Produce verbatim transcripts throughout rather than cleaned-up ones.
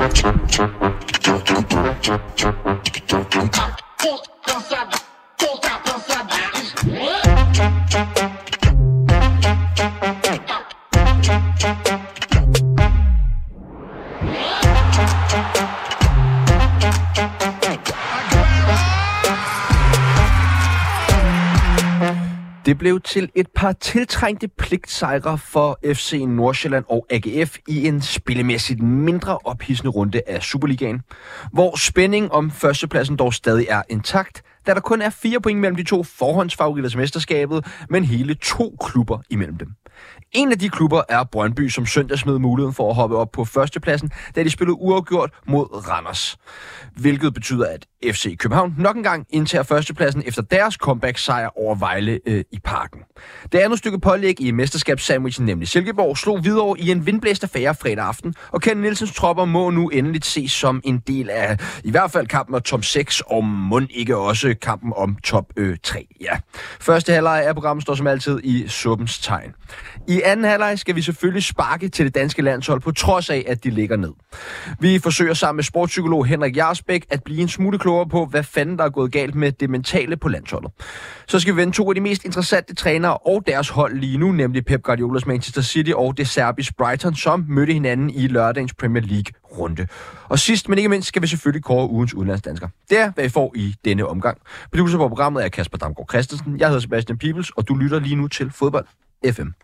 Det blev til et par tiltrængte pligtsejre for F C Nordsjælland og A G F i en spillemæssigt mindre ophidsende runde af Superligaen, hvor spændingen om førstepladsen dog stadig er intakt, da der kun er fire point mellem de to forhåndsfavoritter til mesterskabet, men hele to klubber imellem dem. En af de klubber er Brøndby, som søndag smed muligheden for at hoppe op på førstepladsen, da de spillede uafgjort mod Randers. Hvilket betyder, at F C København nok engang indtager førstepladsen efter deres comeback-sejr over Vejle øh, i Parken. Det andet stykke pålæg i mesterskabssandwichen, nemlig Silkeborg, slog videre i en vindblæst affære fredag aften, og Ken Nielsens tropper må nu endeligt ses som en del af i hvert fald kampen om top seks, og mon ikke også kampen om top øh, tre. Ja. Første halvleg af programmet står som altid i suppens tegn. I anden halvleg skal vi selvfølgelig sparke til det danske landshold, på trods af, at de ligger ned. Vi forsøger sammen med sportspsykolog Henrik Jarsbæk at blive en smule klogere på, hvad fanden der er gået galt med det mentale på landsholdet. Så skal vi vende to af de mest interessante trænere og deres hold lige nu, nemlig Pep Guardiolas Manchester City og det serbiske Brighton, som mødte hinanden i lørdagens Premier League-runde. Og sidst, men ikke mindst, skal vi selvfølgelig kåre ugens udenlandsdansker. Det er, hvad I får i denne omgang. Producer på programmet er Kasper Damgaard Christensen. Jeg hedder Sebastian Peebles, og du lytter lige nu til Fodbold F M.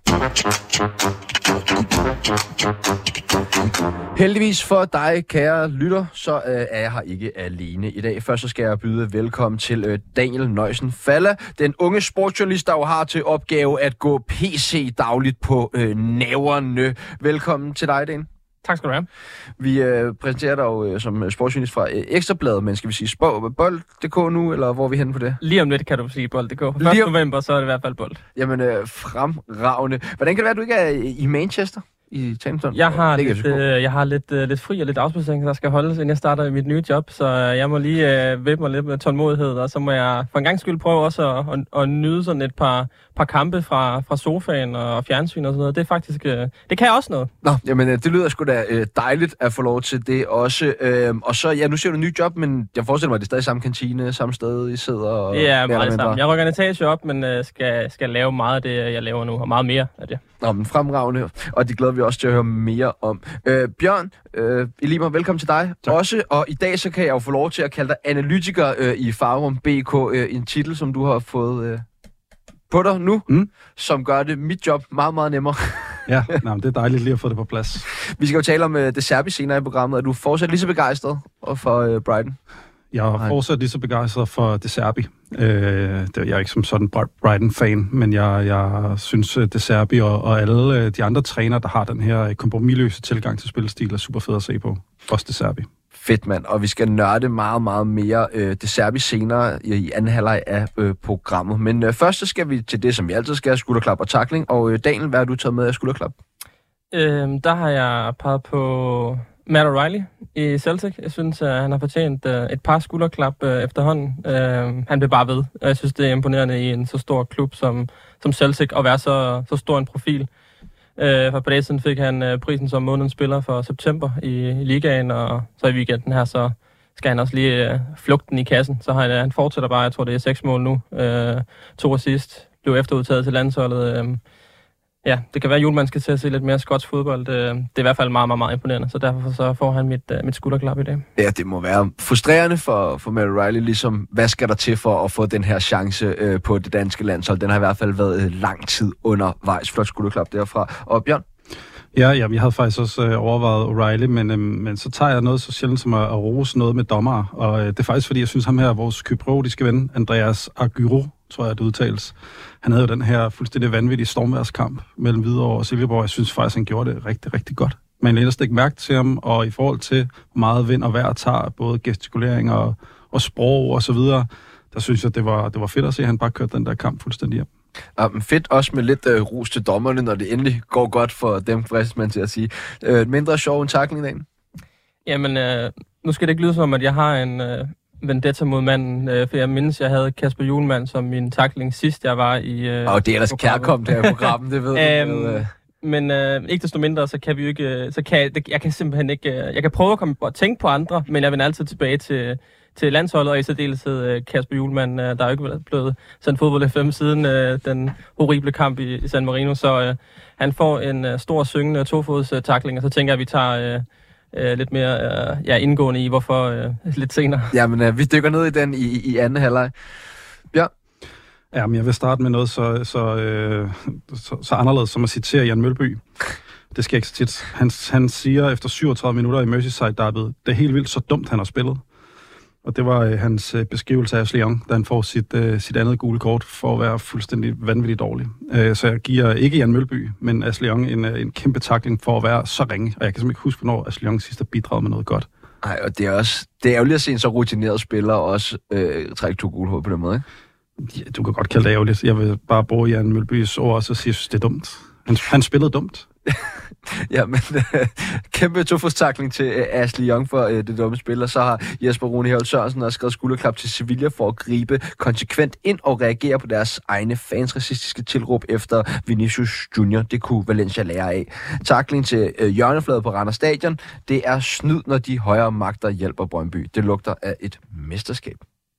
Heldigvis for dig, kære lytter, så øh, er jeg her ikke alene i dag. Først så skal jeg byde velkommen til øh, Daniel Nøjsen Falla, den unge sportsjournalist, der jo har til opgave at gå P C dagligt på øh, næverne. Velkommen til dig, Dan. Tak skal du have. Vi øh, præsenterer dig jo øh, som sportsjournalist fra øh, Ekstrabladet, men skal vi sige bold punktum d k nu, eller hvor er vi henne på det? Lige om lidt kan du sige bold punktum d k. første november, så er det i hvert fald bold. Jamen, øh, fremragende. Hvordan kan det være, at du ikke er i Manchester? I Thamestown? Jeg har, lidt, øh, jeg har lidt, øh, lidt fri og lidt afspacering, der skal holdes, inden jeg starter mit nye job, så jeg må lige øh, væbne mig lidt med tålmodighed, og så må jeg for en gang skyld prøve også at, at, at nyde sådan et par, par kampe fra, fra sofaen og fjernsyn og sådan noget. Det er faktisk, øh, det kan jeg også noget. Nå, jamen det lyder sgu da øh, dejligt at få lov til det også. Øh, og så, ja, nu ser du ny job, men jeg forestiller mig, at det er stadig samme kantine, samme sted, I sidder og... Ja, meget det samme. Jeg rykker en etage op, men øh, skal, skal lave meget af det, jeg laver nu, og meget mere af det. Nå, men fremragende, og det glæder vi også til at høre mere om. Øh, Bjørn, øh, Elimer, velkommen til dig tak. Også, og i dag så kan jeg jo få lov til at kalde dig analytiker øh, i Farum B K, øh, en titel, som du har fået øh, på dig nu, mm. som gør det mit job meget, meget nemmere. Ja, nej, det er dejligt lige at få det på plads. Vi skal jo tale om øh, det serbiske senere i programmet. Er du fortsat lige så begejstret for øh, Brighton? Jeg er fortsat lige så begejstret for De Serbi. Øh, det, jeg er ikke som sådan Brighton-fan, men jeg, jeg synes, De Serbi og, og alle de andre trænere, der har den her kompromisløse tilgang til spillestil, er super fed at se på. Også De Serbi. Fedt, mand. Og vi skal nørde meget, meget mere øh, De Serbi senere i, i anden halvleg af øh, programmet. Men øh, først så skal vi til det, som vi altid skal, skulderklap og tackling. Og øh, Daniel, hvad har du taget med af skulderklap? Øhm, der har jeg peget på Matt O'Reilly i Celtic. Jeg synes, at han har fortjent uh, et par skulderklap uh, efterhånden. Uh, han blev bare ved. Jeg synes, det er imponerende i en så stor klub som, som Celtic at være så, så stor en profil. Uh, for på det siden fik han uh, prisen som månedens spiller for september i, i ligaen, og så i weekenden her, så skal han også lige uh, flugten i kassen. Så han, uh, han fortsætter bare, jeg tror det er seks mål nu. Uh, to assist, blev efterudtaget til landsholdet. Uh, Ja, det kan være, at Julemand skal til at se lidt mere skotsk fodbold. Det er i hvert fald meget, meget, meget imponerende, så derfor så får han mit, mit skulderklap i dag. Ja, det må være frustrerende for, for Matt O'Reilly, ligesom hvad skal der til for at få den her chance øh, på det danske landshold? Den har i hvert fald været øh, lang tid undervejs. Flot skulderklap derfra. Og Bjørn? Ja, ja, jeg havde faktisk også øh, overvejet O'Reilly, men, øh, men så tager jeg noget så sjældent som at, at rose noget med dommere, og øh, det er faktisk fordi, jeg synes ham her, vores kypriotiske ven, Andreas Agyro, tror jeg, det udtales. Han havde jo den her fuldstændig vanvittige stormværskamp mellem Hvidovre og Silkeborg. Jeg synes faktisk, han gjorde det rigtig, rigtig godt. Man lægger ikke mærke til ham, og i forhold til, hvor meget vind og vejr tager, både gestikulering og, og sprog og så videre, der synes jeg, det var, det var fedt at se, at han bare kørte den der kamp fuldstændig hjem. Um, fedt også med lidt uh, ros til dommerne, når det endelig går godt for dem, fristes man til at sige. Uh, mindre sjov en tackling dagen? Jamen, øh, nu skal det ikke lyde som, at jeg har en... Øh vendetta mod manden, øh, for jeg mindes, jeg havde Kasper Hjulmand som min tackling sidst, jeg var i... Øh, og det er ellers kærkommet her i programmet, det ved øhm, jeg. men øh, ikke desto mindre, så kan vi jo ikke, øh, så kan jeg, det, jeg kan simpelthen ikke, øh, jeg kan prøve at komme og tænke på andre, men jeg vender altid tilbage til, til landsholdet, og i særdeleshed øh, Kasper Hjulmand, øh, der er jo ikke blevet sendt fodbold F M siden øh, den horrible kamp i, i San Marino, så øh, han får en øh, stor syngende tofods øh, tackling, og så tænker jeg, at vi tager... Øh, Uh, lidt mere uh, ja, indgående i, hvorfor uh, lidt senere. Jamen, uh, vi dykker ned i den i, i anden halvleg. Ja. Ja, men jeg vil starte med noget så, så, øh, så, så anderledes, som at citere Jan Mølby. Det sker ikke så tit. Han, han siger efter syvogtredive minutter i Merseyside-derbyet, det er helt vildt så dumt, han har spillet. Og det var øh, hans øh, beskrivelse af Ashley Young, da han får sit, øh, sit andet gule kort for at være fuldstændig vanvittigt dårlig. Øh, så jeg giver ikke Jan Mølby, men Ashley Young en, øh, en kæmpe tackling for at være så ringe. Og jeg kan simpelthen ikke huske, hvornår Ashley Young sidst har bidraget med noget godt. Nej, og det er også det er ærgerligt at se en så rutineret spiller også øh, trække to gule hoved på den måde, ikke? Ja, du kan godt kalde det ærgerligt. Jeg vil bare bruge Jan Mølbys ord og så sige, at det er dumt. Han, han spillede dumt. Ja, men øh, kæmpe tofodstakling til øh, Ashley Young for øh, det dumme spil, og så har Jesper Rune Herhold Sørensen også skrevet skulderklap til Sevilla for at gribe konsekvent ind og reagere på deres egne fans racistiske tilråb efter Vinicius Junior Det kunne Valencia lære af. Takling til øh, hjørnefladet på Randers Stadion. Det er snyd, når de højere magter hjælper Brøndby. Det lugter af et mesterskab.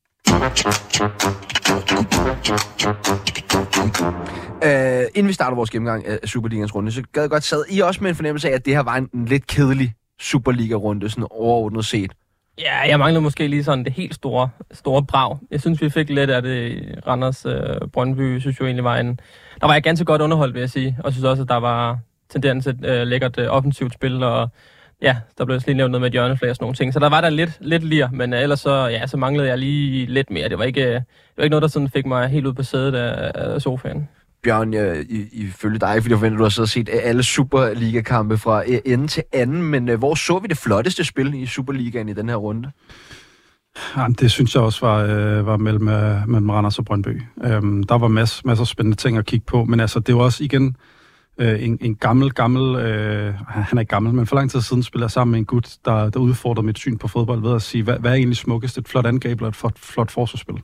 Uh, inden vi starter vores gennemgang af Superligans runde, så gad jeg godt sad I også med en fornemmelse af, at det her var en, en lidt kedelig Superliga-runde, sådan overordnet set. Ja, jeg mangler måske lige sådan det helt store, store brag. Jeg synes, vi fik lidt af det Randers øh, Brøndby, synes jo egentlig var en... Der var jeg ganske godt underholdt, vil jeg sige. Og jeg synes også, at der var tendens til et øh, lækkert øh, offensivt spil, og ja, der blev også lige nævnt noget med et hjørneflag og sådan nogle ting. Så der var der lidt, lidt lir, men øh, ellers så, ja, så manglede jeg lige lidt mere. Det var ikke, øh, det var ikke noget, der sådan fik mig helt ud på sædet af, af sofaen. Bjørn, jeg, ifølge dig, fordi jeg forventer, du har så set alle Superliga-kampe fra ende til anden, men øh, hvor så vi det flotteste spil i Superligaen i den her runde? Ja, det synes jeg også var, øh, var mellem, øh, mellem Randers og Brøndby. Øhm, der var masser, masser af spændende ting at kigge på, men altså, det var også igen øh, en, en gammel, gammel, øh, han er ikke gammel, men for lang tid siden spillede jeg sammen med en gut, der, der udfordrede mit syn på fodbold ved at sige, hvad, hvad er egentlig smukkest? Et flot angreb eller et flot, flot forsvarsspil?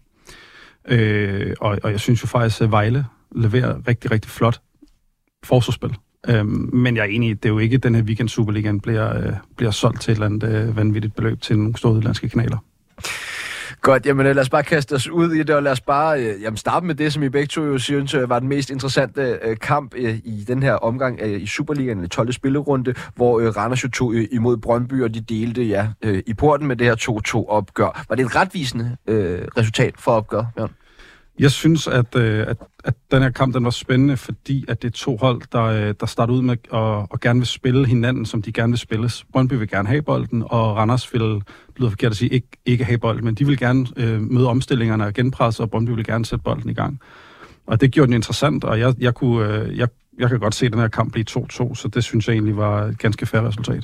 Øh, og, og jeg synes jo faktisk, at Vejle leverer rigtig, rigtig flot forsvarsspil. Øhm, men jeg er enig, det er jo ikke, den her weekend Superligaen bliver, øh, bliver solgt til et eller andet øh, vanvittigt beløb til nogle store udlandske kanaler. Godt, jamen lad os bare kaste os ud i det, og lad os bare øh, jamen, starte med det, som I begge to jo synes var den mest interessante øh, kamp øh, i den her omgang øh, i Superligaen, eller tolvte spillerunde, hvor øh, Randers jo tog øh, imod Brøndby, og de delte ja, øh, i porten med det her to to opgør. Var det et retvisende øh, resultat for opgør, Jørgen? Jeg synes, at, øh, at, at den her kamp den var spændende, fordi at det er to hold, der, der starter ud med at og gerne vil spille hinanden, som de gerne vil spilles. Brøndby vil gerne have bolden, og Randers vil, lyder forkert at sige, ikke, ikke have bolden, men de vil gerne øh, møde omstillingerne og genpresse, og Brøndby vil gerne sætte bolden i gang. Og det gjorde den interessant, og jeg, jeg, kunne, øh, jeg, jeg kan godt se den her kamp blive to to, så det synes jeg egentlig var et ganske fair resultat.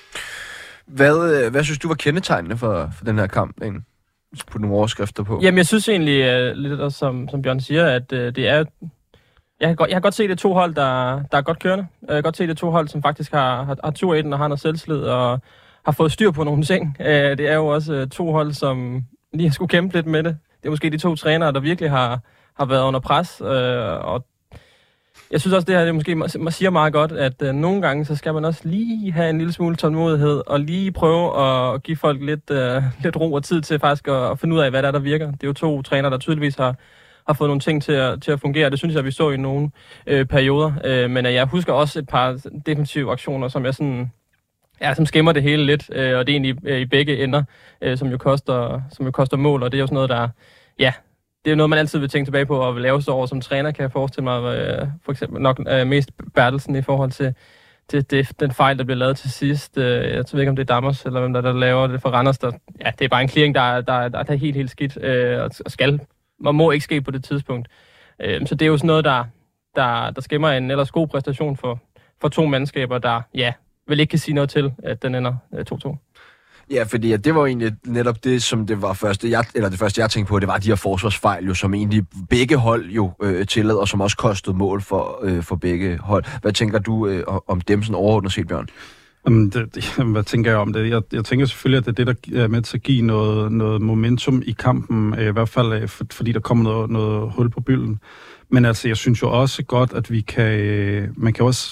Hvad, hvad synes du var kendetegnende for, for den her kamp egentlig? På nogle overskrifter på. Jamen, jeg synes egentlig, uh, lidt også, som, som Bjørn siger, at uh, det er... Jeg kan, godt, jeg kan godt se, det er to hold, der, der er godt kørende. Jeg kan godt se, det er to hold, som faktisk har, har, har tur i den og har noget selvslid og har fået styr på nogle ting. Uh, det er jo også uh, to hold, som lige har skulle kæmpe lidt med det. Det er måske de to trænere, der virkelig har, har været under pres. Uh, og jeg synes også, det her det måske man siger meget godt, at uh, nogle gange, så skal man også lige have en lille smule tålmodighed, og lige prøve at give folk lidt, uh, lidt ro og tid til faktisk at, at finde ud af, hvad der er, der virker. Det er jo to trænere, der tydeligvis har, har fået nogle ting til at, til at fungere. Det synes jeg, vi så i nogle øh, perioder. Øh, men uh, jeg husker også et par defensive aktioner, som jeg sådan... Ja, som skæmmer det hele lidt, øh, og det er egentlig øh, i begge ender, øh, som, jo koster, som jo koster mål, og det er jo sådan noget, der... Ja, det er noget, man altid vil tænke tilbage på og vil lave sig over som træner, kan jeg forestille mig, øh, for eksempel nok øh, mest Bertelsen i forhold til, til det, den fejl, der blev lavet til sidst. Øh, jeg ved ikke, om det er Dammers, eller hvem der, der laver det for Randers. Der, ja, det er bare en clearing, der, der, der, der er helt, helt skidt, øh, og skal, man må ikke ske på det tidspunkt. Øh, så det er jo sådan noget, der, der, der skæmmer en ellers god præstation for, for to mandskaber, der, ja, vel ikke kan sige noget til, at den ender øh, to to. Ja, fordi ja, det var egentlig netop det, som det var første, jeg, eller det første, jeg tænkte på, det var de her forsvarsfejl, jo, som egentlig begge hold jo øh, tillod, og som også kostede mål for, øh, for begge hold. Hvad tænker du øh, om dem sådan overordnet set, Bjørn? Jamen, det, det, hvad tænker jeg om det? Jeg, jeg tænker selvfølgelig, at det er det, der er med til at give noget, noget momentum i kampen, øh, i hvert fald øh, for, fordi der kommer noget, noget hul på bylden. Men altså, jeg synes jo også godt, at vi kan, øh, man kan også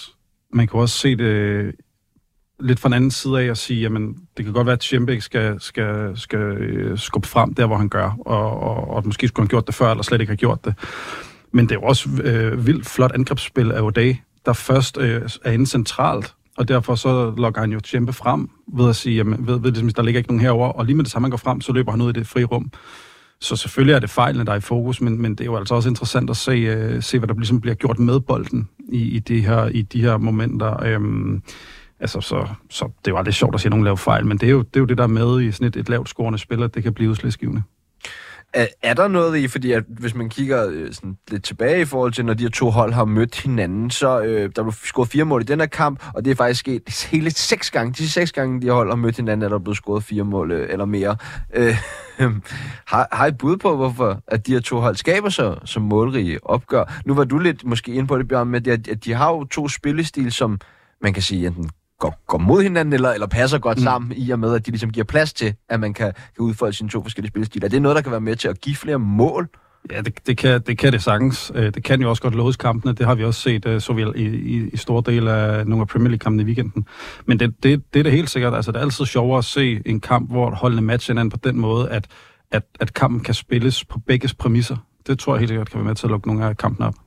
man kan også se det lidt fra en anden side af at sige, jamen, det kan godt være, at Tjembæk skal, skal, skal skubbe frem der, hvor han gør, og, og, og måske skulle han gjort det før, eller slet ikke have gjort det. Men det er jo også øh, vildt flot angrebsspil af O'Day, der først øh, er inde centralt, og derfor så logger han jo Tjempe frem ved at sige, jamen, ved, ved, ved, der ligger ikke nogen herover, og lige med det samme, han går frem, så løber han ud i det frie rum. Så selvfølgelig er det fejlene, der er i fokus, men, men det er jo altså også interessant at se, øh, se hvad der ligesom bliver gjort med bolden i, i, de, her, i de her momenter. Øhm, altså, så, så det er jo aldrig sjovt at se, at nogen laver fejl, men det er jo det, er jo det der med i sådan et, et lavt scorende spil, at det kan blive udslagsgivende. Er, er der noget i, fordi at hvis man kigger øh, sådan lidt tilbage i forhold til, når de her to hold har mødt hinanden, så øh, der blev scoret fire mål i den her kamp, og det er faktisk sket hele seks gange. De seks gange, de her hold har mødt hinanden, er der blevet scoret fire mål øh, eller mere. Øh, øh, har, har I bud på, hvorfor at de her to hold skaber sig som målrige opgør? Nu var du lidt måske inde på det, Bjørn, med at, at de har jo to spillestil, som man kan sige enten Går, går mod hinanden, eller, eller passer godt mm. sammen, i og med, at de ligesom giver plads til, at man kan, kan udfolde sine to forskellige spilstiler. Er det noget, der kan være med til at give flere mål? Ja, det, det, kan, det kan det sagtens. Det kan jo også godt låse kampene. Det har vi også set så vel i, i, i store dele af nogle af Premier League-kampene i weekenden. Men det, det, det er det helt sikkert. Altså, det er altid sjovere at se en kamp, hvor holdene matcher hinanden på den måde, at, at, at kampen kan spilles på begges præmisser. Det tror jeg helt sikkert kan være med til at lukke nogle af kampene op.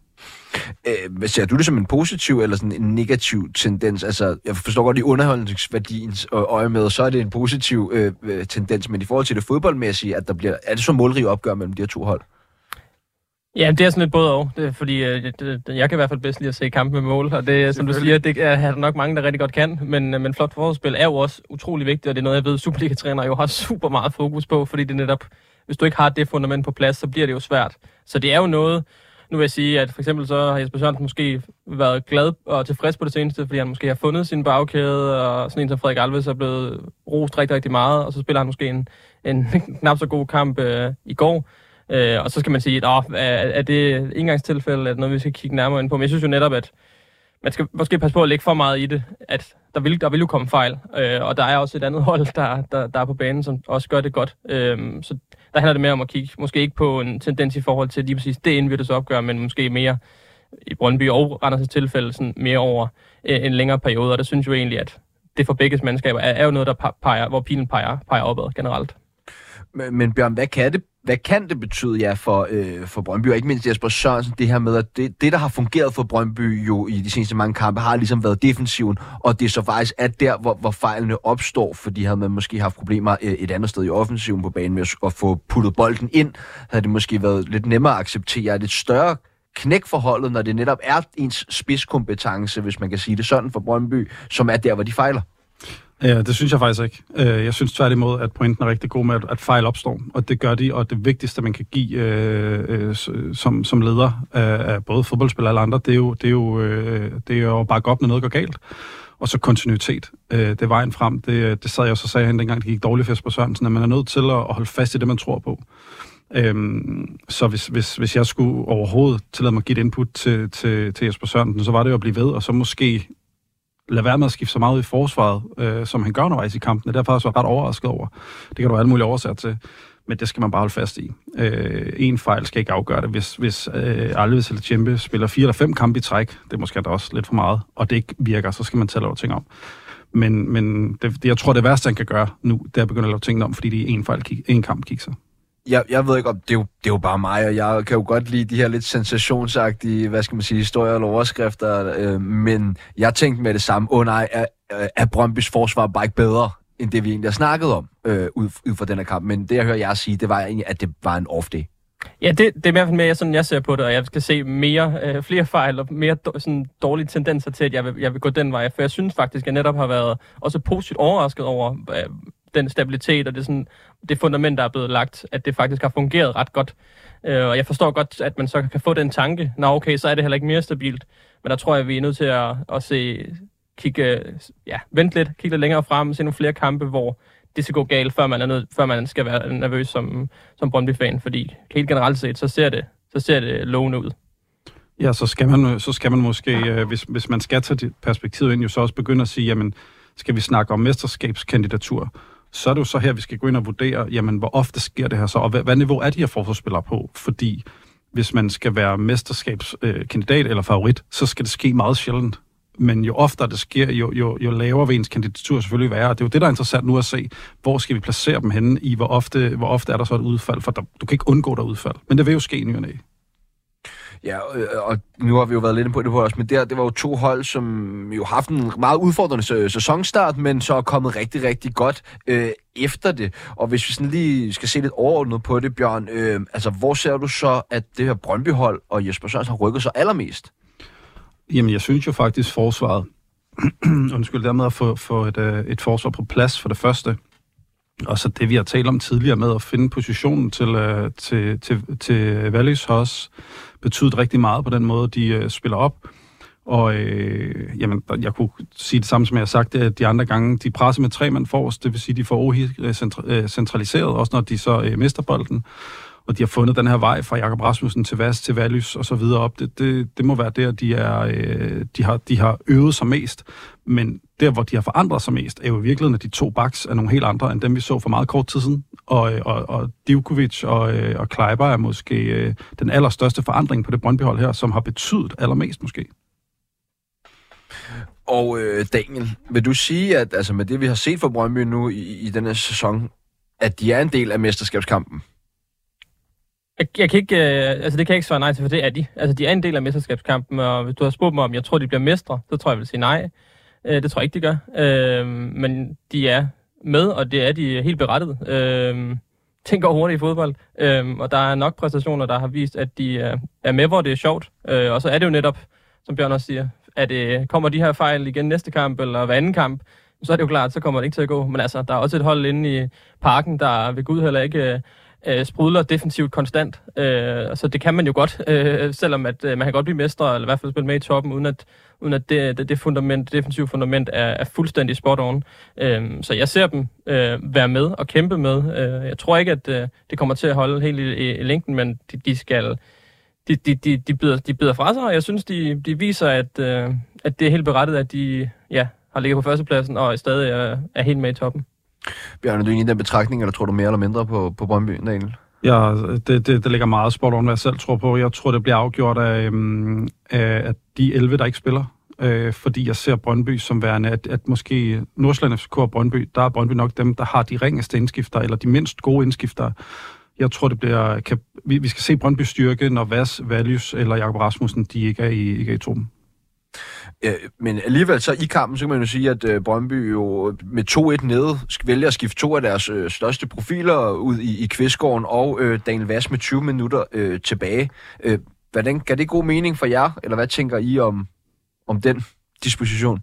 Øh, ser du det som en positiv eller sådan en negativ tendens? Altså, jeg forstår godt i underholdningsværdiens øje med, så er det en positiv øh, tendens, men i forhold til det fodboldmæssige, at der bliver, er det så målrige opgør mellem de her to hold? Ja, det er sådan lidt både og. Det er, fordi øh, det, det, jeg kan i hvert fald bedst lide at se kampe med mål, og det, som du siger, det er der nok mange, der rigtig godt kan, men, men flot forspil er jo også utrolig vigtigt, og det er noget, jeg ved, Superliga-trænere jo har super meget fokus på, fordi det netop, hvis du ikke har det fundament på plads, så bliver det jo svært. Så det er jo noget. Nu vil jeg sige, at for eksempel så har Jesper Sørensen måske været glad og tilfreds på det seneste, fordi han måske har fundet sin bagkæde, og sådan en som Frederik Alves er blevet rost rigtig, rigtig meget, og så spiller han måske en, en knap så god kamp øh, i går. Øh, og så skal man sige, at åh, er, er det et engangstilfælde, er det noget, vi skal kigge nærmere ind på? Men jeg synes jo netop, at man skal måske passe på at lægge for meget i det, at der vil, der vil jo komme fejl, øh, og der er også et andet hold, der, der, der er på banen, som også gør det godt. Øh, så der handler det mere om at kigge, måske ikke på en tendens i forhold til lige præcis det indbyrdes opgør, men måske mere i Brøndby og Randers' tilfælde, sådan mere over øh, en længere periode, og der synes jo egentlig, at det for begge mandskaber er, er jo noget, der peger, hvor pilen peger, peger opad generelt. Men, men Bjørn, hvad kan det Hvad kan det betyde ja, for, øh, for Brøndby, og ikke mindst Jesper Sørensen, det her med, at det, det, der har fungeret for Brøndby jo i de seneste mange kampe, har ligesom været defensiven, og det er så faktisk at der, hvor, hvor fejlene opstår, fordi havde man måske haft problemer et andet sted i offensiven på banen med at få puttet bolden ind, havde det måske været lidt nemmere at acceptere et større knæk for holdet, når det netop er ens spidskompetence, hvis man kan sige det sådan, for Brøndby, som er der, hvor de fejler. Ja, det synes jeg faktisk ikke. Jeg synes tværtimod, at pointen er rigtig god med, at fejl opstår, og det gør de, og det vigtigste, man kan give øh, som, som leder af både fodboldspillere eller andre, det er jo, det er jo, øh, det er jo at bakke op, når noget går galt, og så kontinuitet. Øh, det er vejen frem. Det, det sad jeg også og sagde hen, dengang det gik dårligt for Jesper Sørensen, at man er nødt til at holde fast i det, man tror på. Øhm, så hvis, hvis, hvis jeg skulle overhovedet tillade mig at give et input til, til, til Jesper Sørensen, så var det jo at blive ved, og så måske lade være med at skifte så meget ud i forsvaret, øh, som han gør undervejs i kampen. Det er derfor, jeg var ret overrasket over. Det kan du have alle mulige årsager til, men det skal man bare holde fast i. Øh, en fejl skal ikke afgøre det. Hvis, hvis øh, Alves eller Tjempe spiller fire eller fem kampe i træk, det er måske da også lidt for meget, og det ikke virker, så skal man tage lave ting om. Men, men det, det, jeg tror, det værste, han kan gøre nu, det er at begynde at lave ting om, fordi det er en fejl, en kamp kigger sig. Jeg, jeg ved ikke om, det er, jo, det er jo bare mig, og jeg kan jo godt lide de her lidt sensationsagtige, hvad skal man sige, historier eller overskrifter, øh, men jeg tænkte med det samme, åh oh, nej, er, er Brøndbys forsvar bare ikke bedre, end det vi egentlig har snakket om øh, ud, ud fra den her kamp, men det jeg hører jer sige, det var egentlig, at det var en off-day. Ja, det, det er i hvert fald mere sådan, jeg ser på det, og jeg skal se mere, øh, flere fejl og mere do, sådan dårlige tendenser til, at jeg vil, jeg vil gå den vej, for jeg synes faktisk, at jeg netop har været også positivt overrasket over øh, den stabilitet og det, sådan, det fundament, der er blevet lagt, at det faktisk har fungeret ret godt. Øh, og jeg forstår godt, at man så kan få den tanke, nå okay, så er det heller ikke mere stabilt, men der tror jeg, vi er nødt til at, at se, kigge, ja, vente lidt, kigge lidt længere frem, se nogle flere kampe, hvor det skal gå galt, før man er nødt, før man skal være nervøs som, som Brøndby-fan, fordi helt generelt set, så ser det, så ser det lovende ud. Ja, så skal man, så skal man måske, øh, hvis, hvis man skal tage det perspektiv ind, jo så også begynde at sige, jamen, skal vi snakke om mesterskabskandidatur, så er det jo så her, vi skal gå ind og vurdere, jamen, hvor ofte sker det her så, og hvad, hvad niveau er de her forsvarsspillere på? Fordi hvis man skal være mesterskabskandidat øh, eller favorit, så skal det ske meget sjældent. men jo oftere det sker, jo, jo, jo lavere vil ens kandidatur selvfølgelig være. Og det er jo det, der er interessant nu at se, hvor skal vi placere dem henne i, hvor ofte, hvor ofte er der så et udfald, for der, du kan ikke undgå der udfald. Men det vil jo ske i ny og næ. Ja, og nu har vi jo været lidt på det på os, men der, det var jo to hold, som jo har haft en meget udfordrende sæsonstart, men så er kommet rigtig, rigtig godt øh, efter det. Og hvis vi sådan lige skal se lidt overordnet på det, Bjørn, øh, altså hvor ser du så, at det her Brøndby-hold og Jesper Sørensen har rykket sig allermest? Jamen, jeg synes jo faktisk forsvaret, undskyld, dermed at få, få et, et forsvar på plads for det første, og så det, vi har talt om tidligere med at finde positionen til, til, til, til Vallys har også betydet rigtig meget på den måde, de uh, spiller op. Og øh, jamen, jeg kunne sige det samme, som jeg har sagt det, de andre gange. De presser med tre mand forrest, det vil sige, de får O centraliseret, også når de så øh, mister bolden. Og de har fundet den her vej fra Jakob Rasmussen til Vas, til Vallys og så videre op. Det, det, det må være der, de, er, øh, de, har, de har øvet sig mest. Men der, hvor de har forandret sig mest, er jo i virkeligheden, at de to backs er nogle helt andre, end dem, vi så for meget kort tid siden. Og, og, og Divkovic og, og Kleiber er måske øh, den allerstørste forandring på det Brøndby-hold her, som har betydet allermest måske. Og øh, Daniel, vil du sige, at altså, med det, vi har set fra Brøndby nu i, i denne sæson, at de er en del af mesterskabskampen? Jeg, jeg kan ikke, øh, altså det kan jeg ikke svare nej til, for det er de. Altså de er en del af mesterskabskampen, og hvis du har spurgt mig om, jeg tror, de bliver mestre, så tror jeg, jeg vil sige nej. Øh, det tror jeg ikke, de gør. Øh, men de er med, og det er de helt berettet. Øh, tænker hurtigt i fodbold, øh, og der er nok præstationer, der har vist, at de er, er med, hvor det er sjovt. Øh, og så er det jo netop, som Bjørn også siger, at øh, kommer de her fejl igen næste kamp, eller hver anden kamp, så er det jo klart, så kommer det ikke til at gå. Men altså, der er også et hold inde i parken, der ved Gud heller ikke øh, sprudler defensivt konstant. Øh, så det kan man jo godt, øh, selvom at øh, man kan godt blive mestre, eller i hvert fald spille med i toppen, uden at, uden at det, det, det fundament, det defensive fundament er, er fuldstændig spot on. Øh, så jeg ser dem øh, være med og kæmpe med. Øh, jeg tror ikke, at øh, det kommer til at holde helt i, i, i længden, men de, de skal... De, de, de, de, bider, de bider fra sig, og jeg synes, de, de viser, at, øh, at det er helt berettet, at de ja, har ligget på førstepladsen og stadig er, er helt med i toppen. Bjørn, er du enig i den betragtning, eller tror du mere eller mindre på, på Brøndby, Daniel? Ja, det, det, det ligger meget sport om, hvad jeg selv tror på. Jeg tror, det bliver afgjort af, øhm, af de elleve, der ikke spiller. Øh, fordi jeg ser Brøndby som værende, at, at måske Nordsjælland F C K og Brøndby, der er Brøndby nok dem, der har de ringeste indskifter, eller de mindst gode indskifter. Jeg tror, det bliver... Kan, vi, vi skal se Brøndby styrke, når Vas, Vallys eller Jakob Rasmussen, de ikke er i, ikke er i truppen. Ja, men alligevel så i kampen, så kan man jo sige, at uh, Brøndby jo med to et nede vælger at skifte to af deres uh, største profiler ud i, i Kvistgården, og uh, Daniel Vas med tyve minutter uh, tilbage. Uh, hvordan, kan det god mening for jer, eller hvad tænker I om, om den disposition?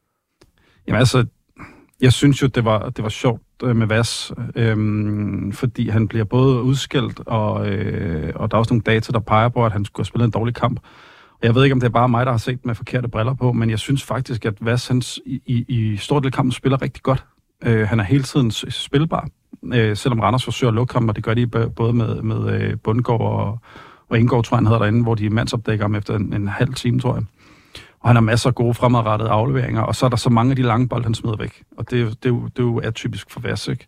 Jamen altså, jeg synes jo, det var, det var sjovt med Vas, øhm, fordi han bliver både udskældt, og, øh, og der er også nogle data, der peger på, at han skulle have spillet en dårlig kamp. Og jeg ved ikke, om det er bare mig, der har set med forkerte briller på, men jeg synes faktisk, at Vas hans, i, i, i stort del kampen spiller rigtig godt. Øh, han er hele tiden spilbar, øh, selvom Randers forsøger at lukke ham, og det gør de både med, med øh, Bundgaard og, og Indgaard, tror jeg, han hedder derinde, hvor de mandsopdækker ham efter en, en halv time, tror jeg. Og han har masser af gode fremadrettede afleveringer, og så er der så mange af de lange bold, han smider væk. Og det, det, det, det er jo atypisk for Vas, ikke?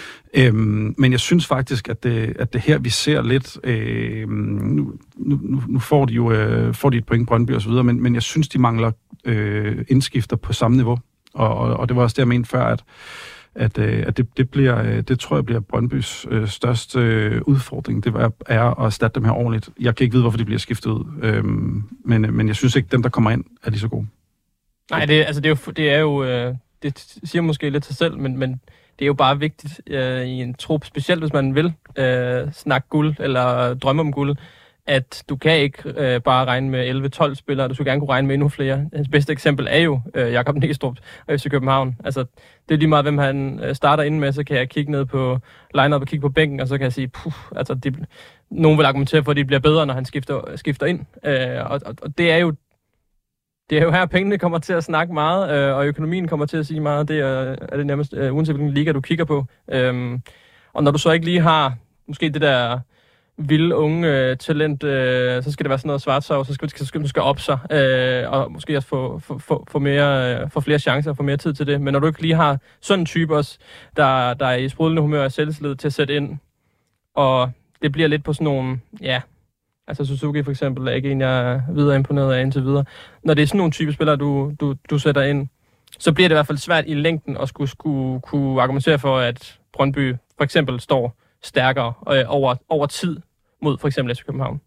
Øhm, men jeg synes faktisk, at det, at det her, vi ser lidt... Øh, nu, nu, nu får de jo øh, får de et point, Brøndby og så videre, men, men jeg synes, de mangler øh, indskifter på samme niveau. Og, og, og det var også det, jeg mente før, at, at, øh, at det, det, bliver, det tror jeg bliver Brøndbys øh, største øh, udfordring. Det er, er at erstatte dem her ordentligt. Jeg kan ikke vide, hvorfor de bliver skiftet ud. Øhm, men, men jeg synes ikke, dem, der kommer ind, er lige så gode. Nej, det, altså det er jo... Det, er jo, øh, det siger måske lidt sig selv, men... men det er jo bare vigtigt øh, i en trup, specielt hvis man vil øh, snakke guld eller drømme om guld, at du kan ikke øh, bare regne med elleve tolv spillere, du skulle gerne kunne regne med endnu flere. Hans bedste eksempel er jo øh, Jakob Næstrup og F C København. Altså, det er lige meget, hvem han øh, starter ind med, så kan jeg kigge ned på line-up og kigge på bænken, og så kan jeg sige, puh, altså, de, nogen vil argumentere for, at de bliver bedre, når han skifter, skifter ind. Øh, og, og, og det er jo Det er jo her, pengene kommer til at snakke meget, øh, og økonomien kommer til at sige meget. Det er, er det nærmest, øh, uanset hvilken liga du kigger på. Øhm, og når du så ikke lige har, måske det der vilde unge øh, talent, øh, så skal det være sådan noget svartsov, så skal, så skal du skal op sig, øh, og måske også få, få, få, få, mere, øh, få flere chancer, få mere tid til det. Men når du ikke lige har sådan en type også, der, der er i sprudlende humør og selvtillid til at sætte ind, og det bliver lidt på sådan nogle, ja, Altså Suzuki for eksempel er ikke en, jeg er videre imponeret af indtil videre. Når det er sådan nogle type spillere, du, du, du sætter ind, så bliver det i hvert fald svært i længden at skulle, skulle kunne argumentere for, at Brøndby for eksempel står stærkere øh, over, over tid mod for eksempel F C København.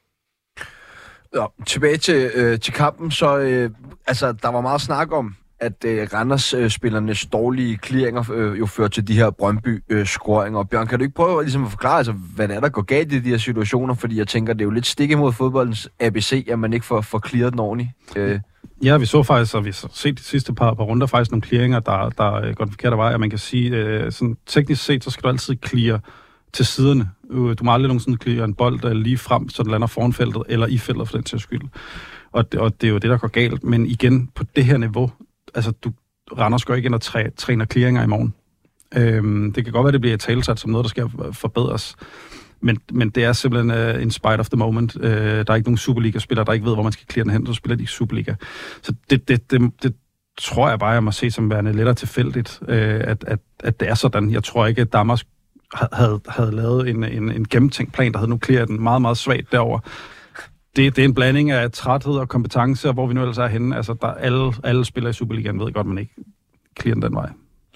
Ja, tilbage til, øh, til kampen, så øh, altså, der var meget snak om, at øh, Randers-spillernes dårlige clearinger øh, jo fører til de her Brøndby-scoringer. Øh, Bjørn, kan du ikke prøve ligesom, at forklare, altså, hvad det er, der går galt i de her situationer? Fordi jeg tænker, det er jo lidt stik imod fodboldens A B C, at man ikke får, får clearet den ordentligt. Øh. Ja, vi så faktisk, og vi har set de sidste par, par runder, faktisk nogle clearinger, der, der går den forkerte vej, og man kan sige, øh, sådan teknisk set, så skal du altid clear til siderne. Du må aldrig nogensinde clear en bold der lige frem, så den lander foran feltet, eller i feltet for den til skyld. Og det, og det er jo det, der går galt. Men igen, på det her niveau, altså du Randers går ikke ind og træ, træner clearinger i morgen. Øhm, det kan godt være, det bliver talsat som noget, der skal forbedres. Men, men det er simpelthen uh, in spite of the moment. Uh, der er ikke nogen Superliga-spillere, der ikke ved, hvor man skal clear den hen, så spiller de ikke Superliga. Så det, det, det, det tror jeg bare, jeg må se som værende lettere tilfældigt, uh, at, at, at det er sådan. Jeg tror ikke, at Damas havde, havde lavet en, en, en gennemtænkt plan, der havde nu clearet den meget, meget svagt derover. Det, det er en blanding af træthed og kompetence, og hvor vi nu ellers er henne. Altså, der alle, alle spillere i Superligaen ved godt, man ikke clear den vej.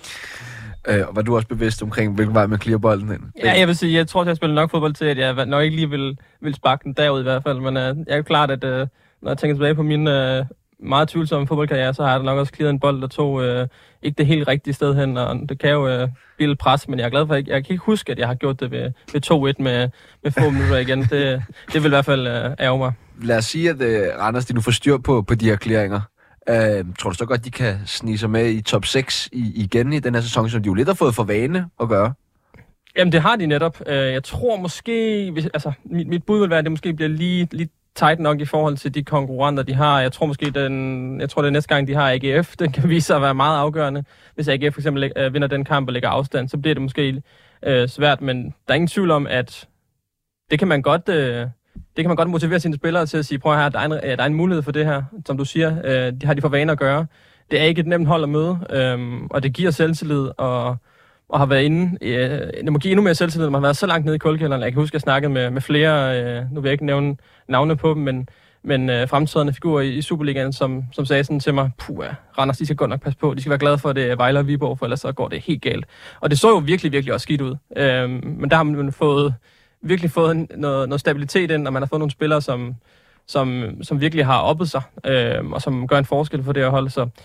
Øh, var du også bevidst omkring, hvilken vej man clear bolden hen? Ja, jeg vil sige, jeg tror, at jeg spiller nok fodbold til, at jeg nok ikke lige vil, vil sparke den derud i hvert fald. Men uh, jeg er jo klart, at uh, når jeg tænker tilbage på min uh, meget tvivlsomme fodboldkarriere, så har jeg nok også clearet en bold, der tog uh, ikke det helt rigtige sted hen. Og det kan jo uh, bilde pres, men jeg er glad for, at jeg, jeg kan ikke huske, at jeg har gjort det ved, ved to et med, med få minutter igen. Det, det vil i hvert fald uh, ærge mig. Lad os sige, at uh, Randers de nu får styr på, på de her clearinger. Uh, tror du så godt, de kan snige sig med i top seks i, igen i den her sæson, som de jo lidt har fået for vane at gøre? Jamen, det har de netop. Uh, jeg tror måske, hvis, altså, mit, mit bud vil være, at det måske bliver lige, lige tight nok i forhold til de konkurrenter, de har. Jeg tror måske, den, jeg tror det er næste gang, de har A G F, den kan vise sig at være meget afgørende. Hvis A G F for eksempel uh, vinder den kamp og lægger afstand, så bliver det måske uh, svært, men der er ingen tvivl om, at det kan man godt... Uh, Det kan man godt motivere sine spillere til at sige, prøv at her, der er en, der er en mulighed for det her, som du siger. Øh, det har de for vane at gøre. Det er ikke et nemt hold at møde, øh, og det giver selvtillid, og, og har været inde. Øh, det må give endnu mere selvtillid, når man har været så langt nede i kulkælderen. Jeg kan huske, at jeg snakkede med, med flere, øh, nu vil jeg ikke nævne navne på dem, men, men øh, fremtrædende figurer i, i Superligaen, som, som sagde sådan til mig, puh, ja, Randers, de skal godt nok passe på. De skal være glade for, at det er Vejle og Viborg, for ellers så går det helt galt. Og det så jo virkelig, virkelig også skidt ud. Øh, men der har man fået... virkelig fået noget, noget stabilitet ind, og man har fået nogle spillere, som, som, som virkelig har oppet sig, øh, og som gør en forskel for det her hold. Så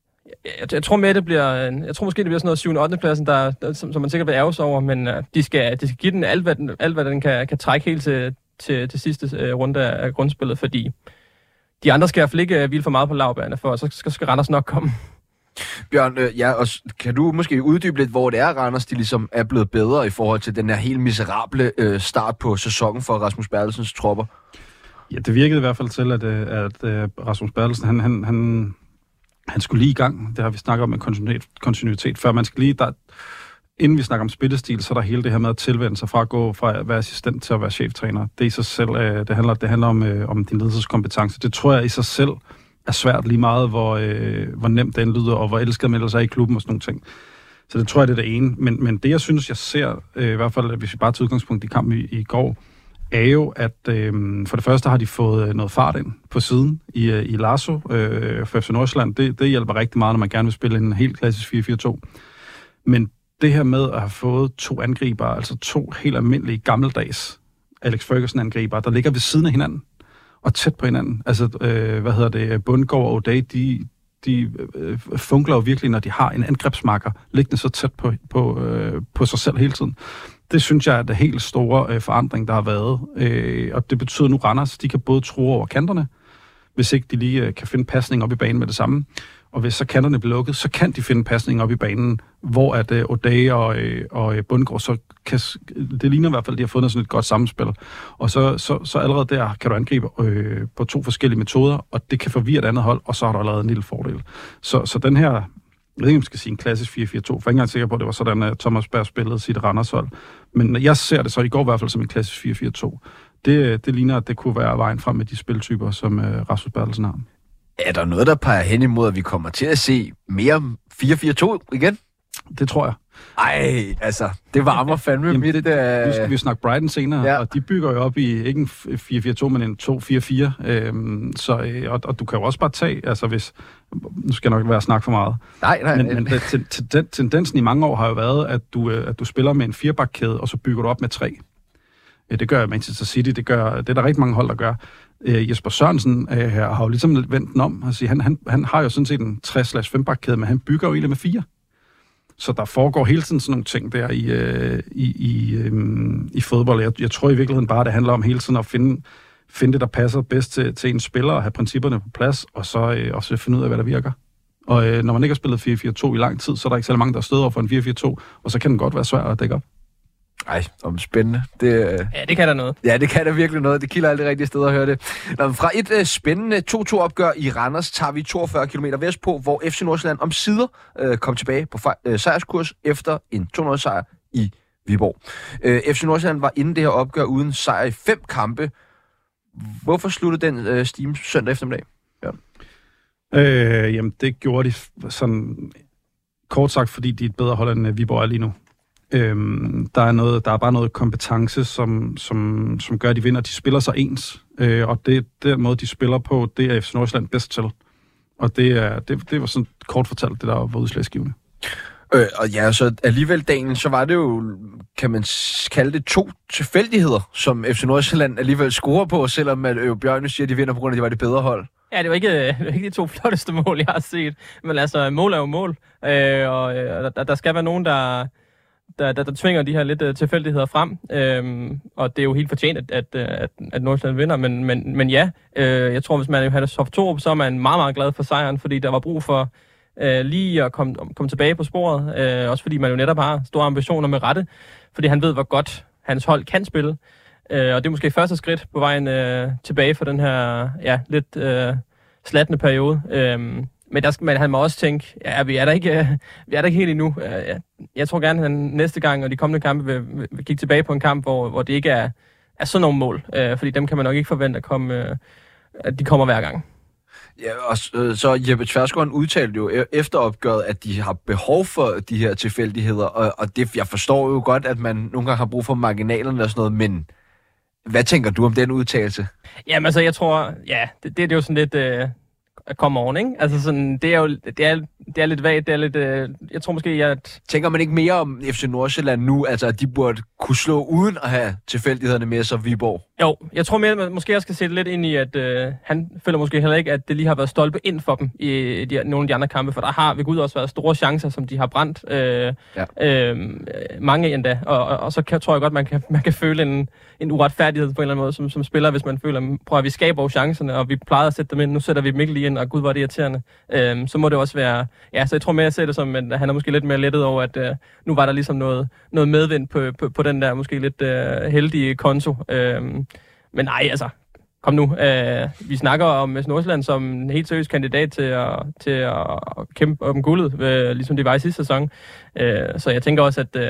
jeg, jeg tror med, det bliver, jeg tror måske, det bliver sådan noget syvende og ottende pladsen, der, der, som, som man sikkert vil ærge sig over, men uh, de, skal, de skal give den alt, hvad den, alt, hvad den kan, kan trække helt til, til, til sidste uh, runde af grundspillet, fordi de andre skal i hvert fald ikke uh, hvile for meget på laurbærene, for så skal, skal Randers nok komme. Bjørn, øh, ja, og kan du måske uddybe lidt, hvor det er, Randers de ligesom er blevet bedre i forhold til den her helt miserable øh, start på sæsonen for Rasmus Bertelsens tropper? Ja, det virkede i hvert fald til, at, at, at Rasmus Bertelsen, han, han, han, han skulle lige i gang. Det har vi snakket om med kontinuitet, kontinuitet før. Man skal lige, der, inden vi snakker om spillestil, så er der hele det her med at tilvende sig fra at gå fra at være assistent til at være cheftræner. Det i sig selv, det handler, det handler om, om din ledelseskompetence. Det tror jeg i sig selv er svært lige meget, hvor, øh, hvor nemt den lyder, og hvor elsket man ellers er i klubben og sådan nogle ting. Så det tror jeg, det er det ene. Men, men det, jeg synes, jeg ser, øh, i hvert fald, hvis vi bare tager udgangspunkt i kampen i, i går, er jo, at øh, for det første har de fået noget fart ind på siden i, i Lasso øh, for F C Nordsjælland. Det, det hjælper rigtig meget, når man gerne vil spille en helt klassisk fire fire to. Men det her med at have fået to angribere, altså to helt almindelige gammeldags Alex Ferguson-angribere, der ligger ved siden af hinanden, og tæt på hinanden. Altså, øh, hvad hedder det, Bundgaard og O'Day, de, de øh, funkler jo virkelig, når de har en angrebsmarker liggende så tæt på, på, øh, på sig selv hele tiden. Det synes jeg er det helt store øh, forandring, der har været. Øh, og det betyder nu, at Randers, de kan både tro over kanterne, hvis ikke de lige øh, kan finde pasning op i banen med det samme. Og hvis så kanterne bliver lukket, så kan de finde pasning op i banen, hvor at uh, O'Day og, uh, og Bundgaard, så kan, det ligner i hvert fald, at de har fundet sådan et godt samspil. Og så, så, så allerede der kan du angribe uh, på to forskellige metoder, og det kan forvirre et andet hold, og så har du allerede en lille fordel. Så, så den her, jeg ved ikke, om jeg skal sige en klassisk fire fire to, for jeg er ikke engang sikker på, at det var sådan, at Thomas Berg spillede sit Randers hold. Men jeg ser det så i går i hvert fald som en klassisk fire fire to. Det, det ligner, at det kunne være vejen frem med de spiltyper, som uh, Rasmus Bertelsen har. Er der noget, der peger hen imod, at vi kommer til at se mere fire fire to igen? Det tror jeg. Ej, altså, det varmer fandme Jamen, mit... Det, det, nu skal vi snakke Brighton senere, ja. Og de bygger jo op i ikke en fire fire to, men en to fire fire. Øhm, så, øh, og, og du kan jo også bare tage, altså hvis... Nu skal jeg nok være at snakke for meget. Nej, nej. Men, men ten, ten, tendensen i mange år har jo været, at du, at du spiller med en firebakkæde, og så bygger du op med tre. Det gør Manchester City, det, gør, det er der rigtig mange hold, der gør. Øh, Jesper Sørensen øh, har jo ligesom vendt den om. Altså, han, han, han har jo sådan set en tre fem bakkæde, men han bygger jo egentlig med fire. Så der foregår hele tiden sådan nogle ting der i, øh, i, i, øh, i fodbold. Jeg, jeg tror i virkeligheden bare, det handler om hele tiden at finde, finde det, der passer bedst til, til en spiller, og have principperne på plads, og så, øh, og så finde ud af, hvad der virker. Og øh, når man ikke har spillet fire fire to i lang tid, så er der ikke så mange, der er stødt over for en fire fire to, og så kan den godt være svært at dække op. Ej, om spændende. Det, øh... Ja, det kan der noget. Ja, det kan der virkelig noget. Det kilder alle de rigtige steder at høre det. Nå, fra et øh, spændende to to opgør i Randers tager vi toogfyrre kilometer vestpå, hvor F C Nordsjælland omsider øh, kom tilbage på fej- øh, sejrskurs efter en to nul sejr i Viborg. Øh, F C Nordsjælland var inden det her opgør uden sejr i fem kampe. Hvorfor sluttede den øh, stime søndag eftermiddag? Ja. Øh, jamen, det gjorde de sådan kort sagt, fordi de er et bedre hold end Viborg er lige nu. Øhm, der, er noget, der er bare noget kompetence, som, som, som gør, at de vinder. De spiller sig ens, øh, og det, den måde, de spiller på, det er F C Nordsjælland bedst til. Og det, er, det, det var sådan kort fortalt, det der var udslagsgivende. Øh, og ja, så alligevel, Daniel, så var det jo, kan man kalde det, to tilfældigheder, som F C Nordsjælland alligevel scorer på, selvom at, øh, Bjørne siger, at de vinder på grund af, at de var det bedre hold. Ja, det var ikke, det var ikke de to flotteste mål, jeg har set. Men altså, mål er jo mål. Øh, og øh, der, der skal være nogen, der... Der, der, der tvinger de her lidt uh, tilfældigheder frem, øhm, og det er jo helt fortjent, at, at, at, at Nordsjælland vinder, men, men, men ja, øh, jeg tror, hvis man havde Soft Torup, så er man meget, meget glad for sejren, fordi der var brug for øh, lige at komme, komme tilbage på sporet, øh, også fordi man jo netop har store ambitioner med rette, fordi han ved, hvor godt hans hold kan spille, øh, og det er måske første skridt på vejen øh, tilbage for den her ja, lidt øh, slattende periode. Øh, Men der skal man, han må også tænke, ja, vi er der ikke, uh, vi er der ikke helt endnu. Uh, jeg, jeg tror gerne, at han næste gang og de kommende kampe vil, vil, vil kigge tilbage på en kamp, hvor, hvor det ikke er, er sådan nogle mål. Uh, fordi dem kan man nok ikke forvente, at, komme, uh, at de kommer hver gang. Ja, og så Jeppe Tversgaard udtalte jo efter opgøret, at de har behov for de her tilfældigheder. Og, og det, jeg forstår jo godt, at man nogle gange har brug for marginalerne og sådan noget, men hvad tænker du om den udtalelse? Jamen altså, jeg tror, ja, det, det er jo sådan lidt... Uh, come on, ikke? Altså sådan, det er jo det er, det er lidt vagt, det er lidt, øh, jeg tror måske, at... Tænker man ikke mere om F C Nordsjælland nu, altså at de burde kunne slå uden at have tilfældighederne med sig Viborg? Jo, jeg tror mere, at måske jeg skal sætte lidt ind i, at øh, han føler måske heller ikke, at det lige har været stolpe ind for dem i de, nogle af de andre kampe, for der har ved Gud også været store chancer, som de har brændt. Øh, ja. øh, mange endda, og, og, og så kan, tror jeg godt, man kan, man kan føle en, en uretfærdighed på en eller anden måde, som, som spiller, hvis man føler, prøv at vi skaber jo chancerne, og vi plejede at sætte dem ind, nu sætter vi dem ikke lige ind, og gud, hvor er det irriterende. Øh, så må det også være, ja, så jeg tror mere, jeg ser det som, at han er måske lidt mere lettet over, at øh, nu var der ligesom noget, noget medvind på, på, på den der måske lidt øh, heldige konto. Øh, Men nej, altså, kom nu. Øh, vi snakker om Nordsjælland som en helt seriøs kandidat til at, til at kæmpe om guldet, øh, ligesom det var i sidste sæson. Øh, så jeg tænker også, at, øh,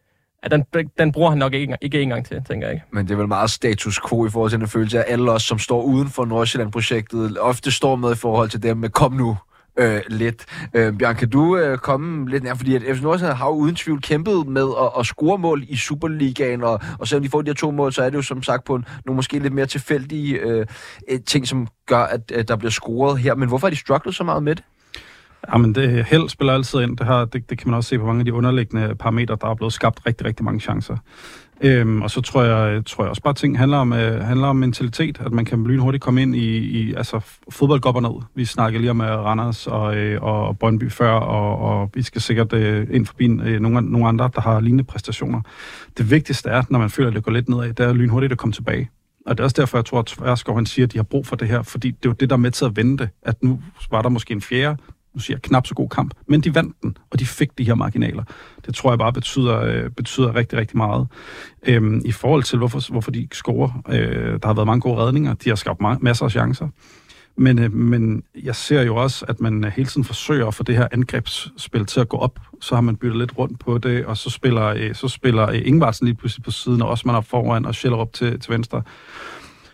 at den, den bruger han nok ikke, ikke engang til, tænker jeg ikke. Men det er vel meget status quo i forhold til den følelse af alle os, som står uden for Nordsjælland-projektet, ofte står med i forhold til dem med kom nu. Øh, lidt. Øh, Bjørn, kan du øh, komme lidt nær? Fordi at F C Nordsjælland har jo uden tvivl kæmpet med at, at score mål i Superligaen, og, og selvom de får de her to mål, så er det jo som sagt på en, nogle måske lidt mere tilfældige øh, ting, som gør, at, at der bliver scoret her. Men hvorfor har de strugglet så meget med det? Jamen, det held spiller altid ind. Det, her, det, det kan man også se på mange af de underliggende parametre, der er blevet skabt rigtig, rigtig mange chancer. Øhm, og så tror jeg, tror jeg også bare, at ting handler om, øh, handler om mentalitet, at man kan lynhurtigt komme ind i, i altså fodbold går ned. Vi snakker lige om uh, Randers og, øh, og Brøndby før, og, og vi skal sikkert øh, ind forbi øh, nogle, nogle andre, der har lignende præstationer. Det vigtigste er, når man føler, at det går lidt nedad, det er lynhurtigt at komme tilbage. Og det er også derfor, jeg tror, at Tversgaard, han siger, at de har brug for det her, fordi det er jo det, der er med til at vende det, at nu var der måske en fjerde, nu siger jeg knap så god kamp, men de vandt den, og de fik de her marginaler. Det tror jeg bare betyder, øh, betyder rigtig, rigtig meget. Øhm, I forhold til, hvorfor, hvorfor de ikke scorer. Øh, der har været mange gode redninger, de har skabt ma- masser af chancer. Men, øh, men jeg ser jo også, at man hele tiden forsøger at få det her angrebsspil til at gå op. Så har man byttet lidt rundt på det, og så spiller, øh, så spiller øh, Ingvartsen lige pludselig på siden, og Osman op foran, og Schellerup til, til venstre.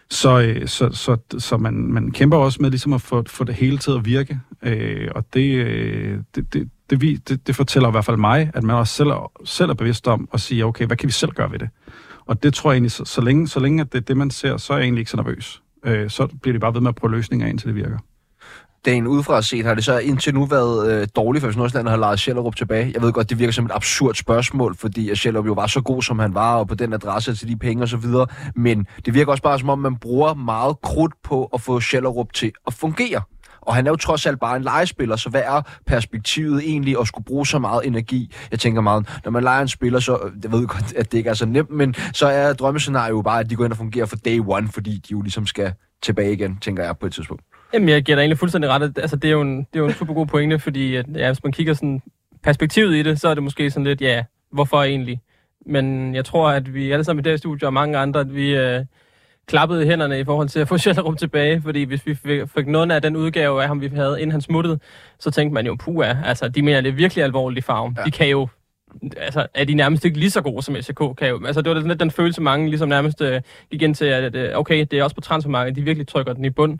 Så, så, så, så man, man kæmper også med ligesom at få, få det hele til at virke, øh, og det, det, det, det, det, det fortæller i hvert fald mig, at man også selv er, selv er bevidst om at sige, okay, hvad kan vi selv gøre ved det? Og det tror jeg egentlig, så, så længe, så længe at det er det, man ser, så er jeg egentlig ikke så nervøs. Øh, så bliver det bare ved med at prøve løsninger, indtil det virker. Dagen udefra set, har det så indtil nu været øh, dårligt, for hvis Nordsjælland har lejet Schellerup tilbage? Jeg ved godt, det virker som et absurd spørgsmål, fordi at Schellerup jo var så god, som han var, og på den adresse til de penge og så videre. Men det virker også bare som om, man bruger meget krudt på at få Schellerup til at fungere. Og han er jo trods alt bare en legespiller, så hvad er perspektivet egentlig at skulle bruge så meget energi? Jeg tænker meget, når man leger en spiller, så jeg ved godt, at det ikke er så nemt, men så er drømmescenariet jo bare, at de går ind og fungerer for day one, fordi de jo ligesom skal tilbage igen, tænker jeg på et tidspunkt. Jamen, jeg giver dig egentlig fuldstændig ret. Altså, det er jo en, det er jo en super god pointe, fordi at, ja, hvis man kigger sådan perspektivet i det, så er det måske sådan lidt, ja, hvorfor egentlig? Men jeg tror, at vi alle sammen i det her studie og mange andre, at vi øh, klappede i hænderne i forhold til at få Schellerup tilbage, fordi hvis vi fik, fik noget af den udgave af ham, vi havde, inden han smuttede, så tænkte man jo, puha, altså, de mener det virkelig alvorligt i farven. Ja. De kan jo, altså, er de nærmest ikke lige så gode som S C K kan jo. Altså, det var lidt den følelse, mange ligesom nærmest øh, gik ind til, at øh, okay, det er også på transfermarkedet, de virkelig trykker den i bund.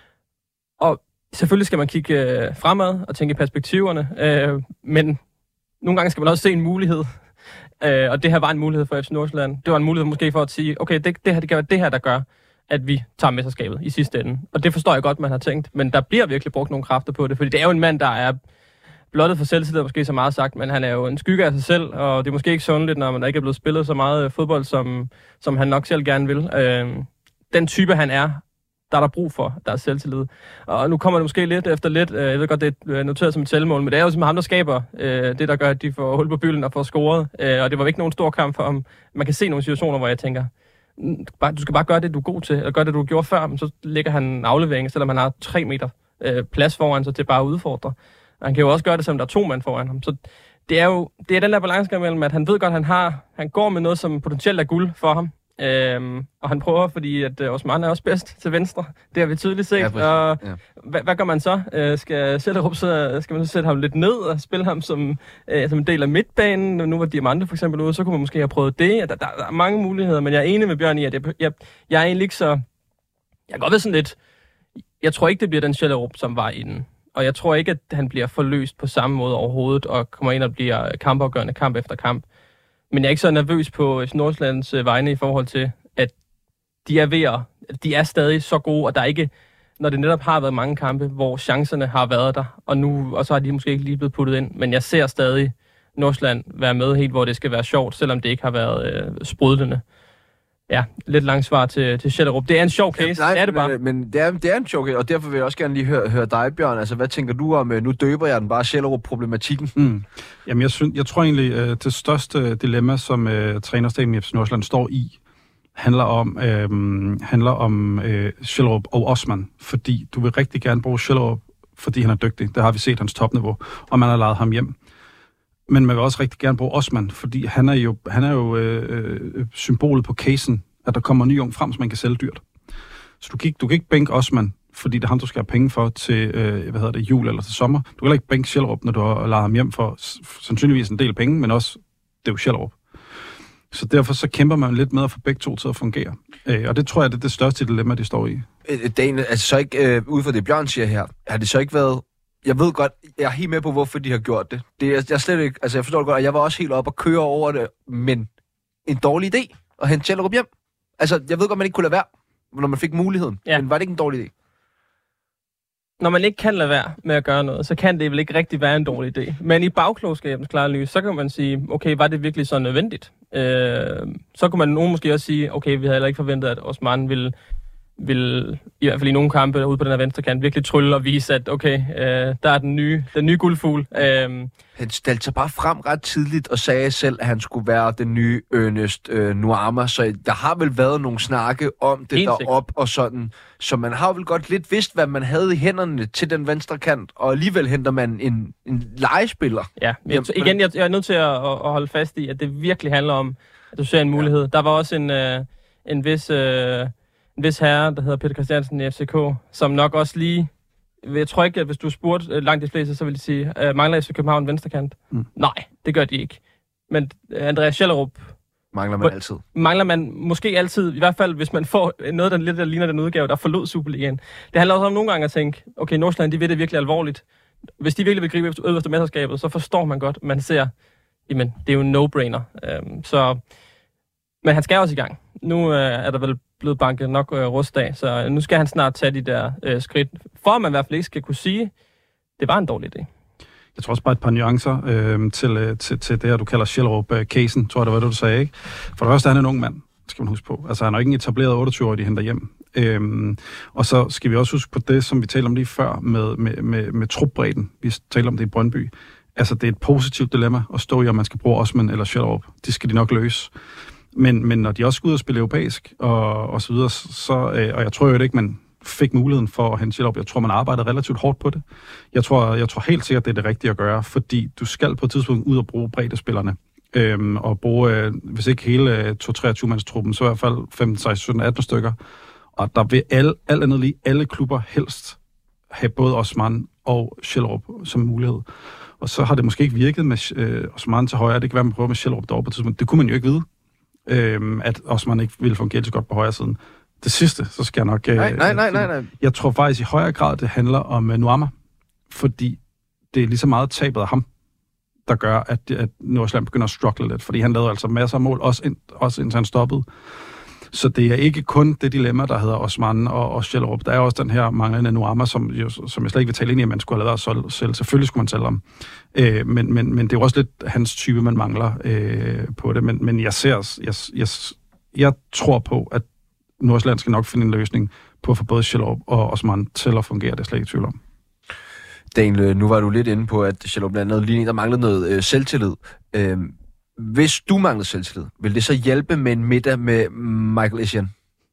Og selvfølgelig skal man kigge øh, fremad og tænke i perspektiverne, øh, men nogle gange skal man også se en mulighed. Øh, og det her var en mulighed for F C Nordsjælland. Det var en mulighed måske for at sige, okay, det, det her det kan være det her, der gør, at vi tager mesterskabet i sidste ende. Og det forstår jeg godt, man har tænkt, men der bliver virkelig brugt nogle kræfter på det, fordi det er jo en mand, der er blottet for selvtillid, måske så meget sagt, men han er jo en skygge af sig selv, og det er måske ikke sundeligt, når man ikke er blevet spillet så meget fodbold, som, som han nok selv gerne vil. Øh, den type, han er, der er der brug for, der er selvtillid. Og nu kommer det måske lidt efter lidt, øh, jeg ved godt, det er noteret som et selvmål, men det er jo simpelthen ham, der skaber øh, det, der gør, at de får hul på bylden og får scoret. Øh, og det var ikke nogen stor kamp for ham. Man kan se nogle situationer, hvor jeg tænker, du skal bare gøre det, du er god til, eller gøre det, du gjorde før, men så ligger han en aflevering, selvom han har tre meter øh, plads foran sig til bare at udfordre. Og han kan jo også gøre det, selvom der er to mand foran ham. Så det er jo det er den der balance mellem, at han ved godt, at han har, han går med noget, som potentielt er guld for ham. Øhm, og han prøver, fordi at øh, Osman er også bedst til venstre. Det har vi tydeligt set. Ja, og ja. Hvad, hvad gør man så? Øh, skal Schellerup så skal man så sætte ham lidt ned og spille ham som, øh, som en del af midtbanen? Nu var Diamante for eksempel ude, så kunne man måske have prøvet det. Der, der, der er mange muligheder, men jeg er enig med Bjørn i, at jeg, jeg, jeg er egentlig ikke så... Jeg kan godt være sådan lidt... Jeg tror ikke, det bliver den Schellerup, som var inden. Og jeg tror ikke, at han bliver forløst på samme måde overhovedet, og kommer ind og bliver kampafgørende kamp efter kamp. Men jeg er ikke så nervøs på Nordsjællands vegne i forhold til, at de er ved at, de er stadig så gode, og der er ikke, når det netop har været mange kampe, hvor chancerne har været der, og nu, og så har de måske ikke lige blevet puttet ind, men jeg ser stadig Nordsjælland være med helt, hvor det skal være sjovt, selvom det ikke har været øh, sprudlende. Ja, lidt langt svar til, til Schellerup. Det er en sjov case, ja, nej, det er det bare. Men, men det, er, det er en sjov case, og derfor vil jeg også gerne lige høre, høre dig, Bjørn. Altså, hvad tænker du om, nu døber jeg den bare, Schellerup-problematikken? Mm. Jamen, jeg, synes, jeg tror egentlig, uh, det største dilemma, som uh, trænerstaben i F C Nordsjælland står i, handler om, øh, handler om øh, Schellerup og Osman. Fordi du vil rigtig gerne bruge Schellerup, fordi han er dygtig. Det har vi set hans topniveau, og man har ladet ham hjem. Men man vil også rigtig gerne bruge Osman, fordi han er jo, han er jo øh, symbolet på casen, at der kommer en ny ung frem, som man kan sælge dyrt. Så du kan ikke, du kan ikke bænke Osman, fordi det er ham, du skal have penge for til øh, hvad hedder det, jul eller til sommer. Du kan heller ikke bænke Schellerup, når du har ladet ham hjem for sandsynligvis en del penge, men også det er jo Schellerup. Så derfor så kæmper man lidt med at få begge to til at fungere. Øh, og det tror jeg, det er det største dilemma, de står i. Daniel, altså så ikke, øh, ud fra det Bjørn siger her, har det så ikke været... Jeg ved godt, jeg er helt med på, hvorfor de har gjort det. Det er, jeg slet ikke, altså jeg forstår det godt, og jeg var også helt oppe og køre over det, men en dårlig idé at hente Schellerup hjem. Altså, jeg ved godt, man ikke kunne lade være, når man fik muligheden, ja. Men var det ikke en dårlig idé? Når man ikke kan lade være med at gøre noget, så kan det vel ikke rigtig være en dårlig idé. Men i bagklogskabens klare lys, så kan man sige, okay, var det virkelig så nødvendigt? Øh, så kunne man nogen måske også sige, okay, vi havde heller ikke forventet, at Osman ville... vil i hvert fald i nogle kampe ude på den her venstre kant virkelig trylle og vise, at okay, øh, der er den nye, den nye guldfugl. Øh, han stillede sig bare frem ret tidligt og sagde selv, at han skulle være den nye Ernest øh, Nuama, så der har vel været nogle snakke om det derop og sådan, så man har vel godt lidt vidst, hvad man havde i hænderne til den venstre kant, og alligevel henter man en, en legespiller. Ja, jeg, igen, jeg, jeg er nødt til at, at holde fast i, at det virkelig handler om, at du ser en mulighed. Ja. Der var også en, øh, en vis... Øh, En vis herre, der hedder Peter Christiansen i F C K, som nok også lige... Jeg tror ikke, at hvis du spurgte langt de fleste, så vil de sige, uh, mangler F C København venstrekant? Mm. Nej, det gør de ikke. Men Andreas Schellerup Mangler man altid? Mangler man måske altid, i hvert fald hvis man får noget, der lidt der ligner den udgave, der forlod Superligaen. Det handler også om nogle gange at tænke, okay, Nordsjælland, de ved det virkelig alvorligt. Hvis de virkelig vil gribe efter øverste mesterskabet, så forstår man godt, man ser, jamen, det er jo en no-brainer. Øhm, så, men han skal også i gang. Nu øh, er der vel blevet banket nok øh, rust af, så nu skal han snart tage de der øh, skridt, for at man i hvert fald ikke skal kunne sige, det var en dårlig idé. Jeg tror også bare et par nuancer øh, til, til, til det her, du kalder Sjællerup-casen, tror jeg, det var det, du sagde, ikke? For det første, han er en ung mand, skal man huske på. Altså, han har ikke en etableret otteogtyve-årig, de henter hjem. Øhm, og så skal vi også huske på det, som vi talte om lige før, med, med, med, med trupbredden. Vi talte om det i Brøndby. Altså, det er et positivt dilemma at stå i, om man skal bruge Osman eller Sjællerup. Det skal de nok løse. Men, men når de også skal ud og spille europæisk, og, og så videre, så, øh, og jeg tror jo ikke, man fik muligheden for at hente Sjællerup. Jeg tror, man arbejdede relativt hårdt på det. Jeg tror, jeg tror helt sikkert, det er det rigtige at gøre, fordi du skal på et tidspunkt ud og bruge breddespillerne. Øhm, og bruge, øh, hvis ikke hele øh, to treogtyve-mandstruppen, så i hvert fald femten, seksten, sytten, atten stykker. Og der vil alle, alt andet lige alle klubber helst have både Osman og Sjællerup som mulighed. Og så har det måske ikke virket med øh, Osman til højre. Det kan være, man prøver med Sjællerup derovre på et tidspunkt. Det kunne man jo ikke vide, øh, at Osman ikke ville fungere så godt på højre siden. Det sidste, så skal jeg nok... Øh, nej, nej, nej, nej, nej. Jeg tror faktisk i højere grad, det handler om uh, Nuama, fordi det er lige så meget tabet af ham, der gør, at, at Nordsjælland begynder at struggle lidt, fordi han lavede altså masser af mål, også, ind, også indtil han stoppede. Så det er ikke kun det dilemma, der hedder Osman og, og Sjællerup. Der er også den her manglende Nuama, som, jo, som jeg slet ikke vil tale ind i, at man skulle have lavet at sælge. Selvfølgelig skulle man sælge om. Øh, men, men, men det er jo også lidt hans type, man mangler øh, på det. Men, men jeg ser, jeg, jeg, jeg tror på, at Nordsjælland skal nok finde en løsning på at få både Sjællerup og Osman til at fungere. Det er slet ikke i tvivl om. Daniel, nu var du lidt inde på, at Sjællerup blandt andet lige der manglede noget øh, selvtillid. Øh, hvis du manglede selvtillid, vil det så hjælpe med en middag med Michael Essien?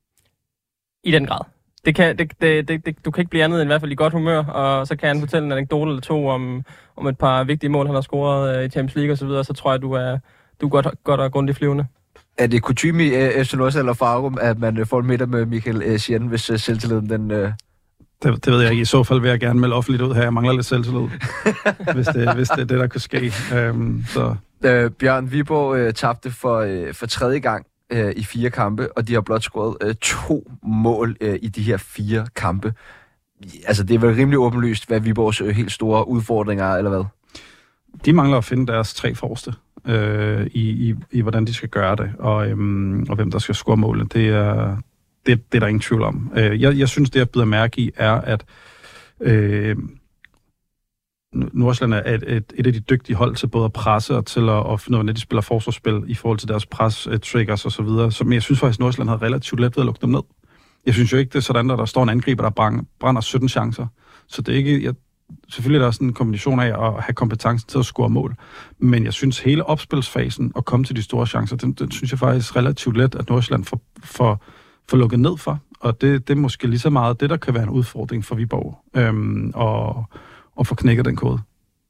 I den grad. Det kan, det, det, det, det, du kan ikke blive andet end i hvert fald i godt humør, og så kan han fortælle en anekdote eller to om, om et par vigtige mål, han har scoret øh, i Champions League og så videre, så tror jeg, du er, du er godt, godt og grundigt flyvende. Er det kutyme i F C Nordsjælland eller Farum, at man får en middag med Michael Essien, hvis uh, selvtilliden den... Uh... Det, det ved jeg ikke. I så fald vil jeg gerne melde offentligt ud her. Jeg mangler lidt selvtillid, hvis, det, hvis det er det, der kunne ske. Um, så. Uh, Bjørn, Viborg uh, tabte for, uh, for tredje gang uh, i fire kampe, og de har blot scoret uh, to mål uh, i de her fire kampe. Altså, det er vel rimelig åbenlyst, hvad Viborgs uh, helt store udfordringer er, eller hvad? De mangler at finde deres tre forreste. Øh, i, i, i hvordan de skal gøre det, og, øhm, og hvem der skal score målene. Det er, det, det er der ingen tvivl om. Øh, jeg, jeg synes, det jeg bider mærke i, er, at øh, Nordsjælland er et, et, et af de dygtige hold til både at presse og til at, at finde ud af, når de spiller forsvarsspil i forhold til deres pres-triggers og så videre. Så, men jeg synes faktisk, at Nordsjælland havde relativt let ved at lukke dem ned. Jeg synes jo ikke, det er sådan, at der står en angriber, der brænder sytten chancer. Så det er ikke... Jeg, Selvfølgelig er der sådan en kombination af at have kompetencen til at score mål, men jeg synes hele opspilsfasen og komme til de store chancer, den, den synes jeg faktisk relativt let, at Nordsjælland får, får, får lukket ned for, og det, det er måske lige så meget det, der kan være en udfordring for Viborg, øhm, og, og få knækket den kode.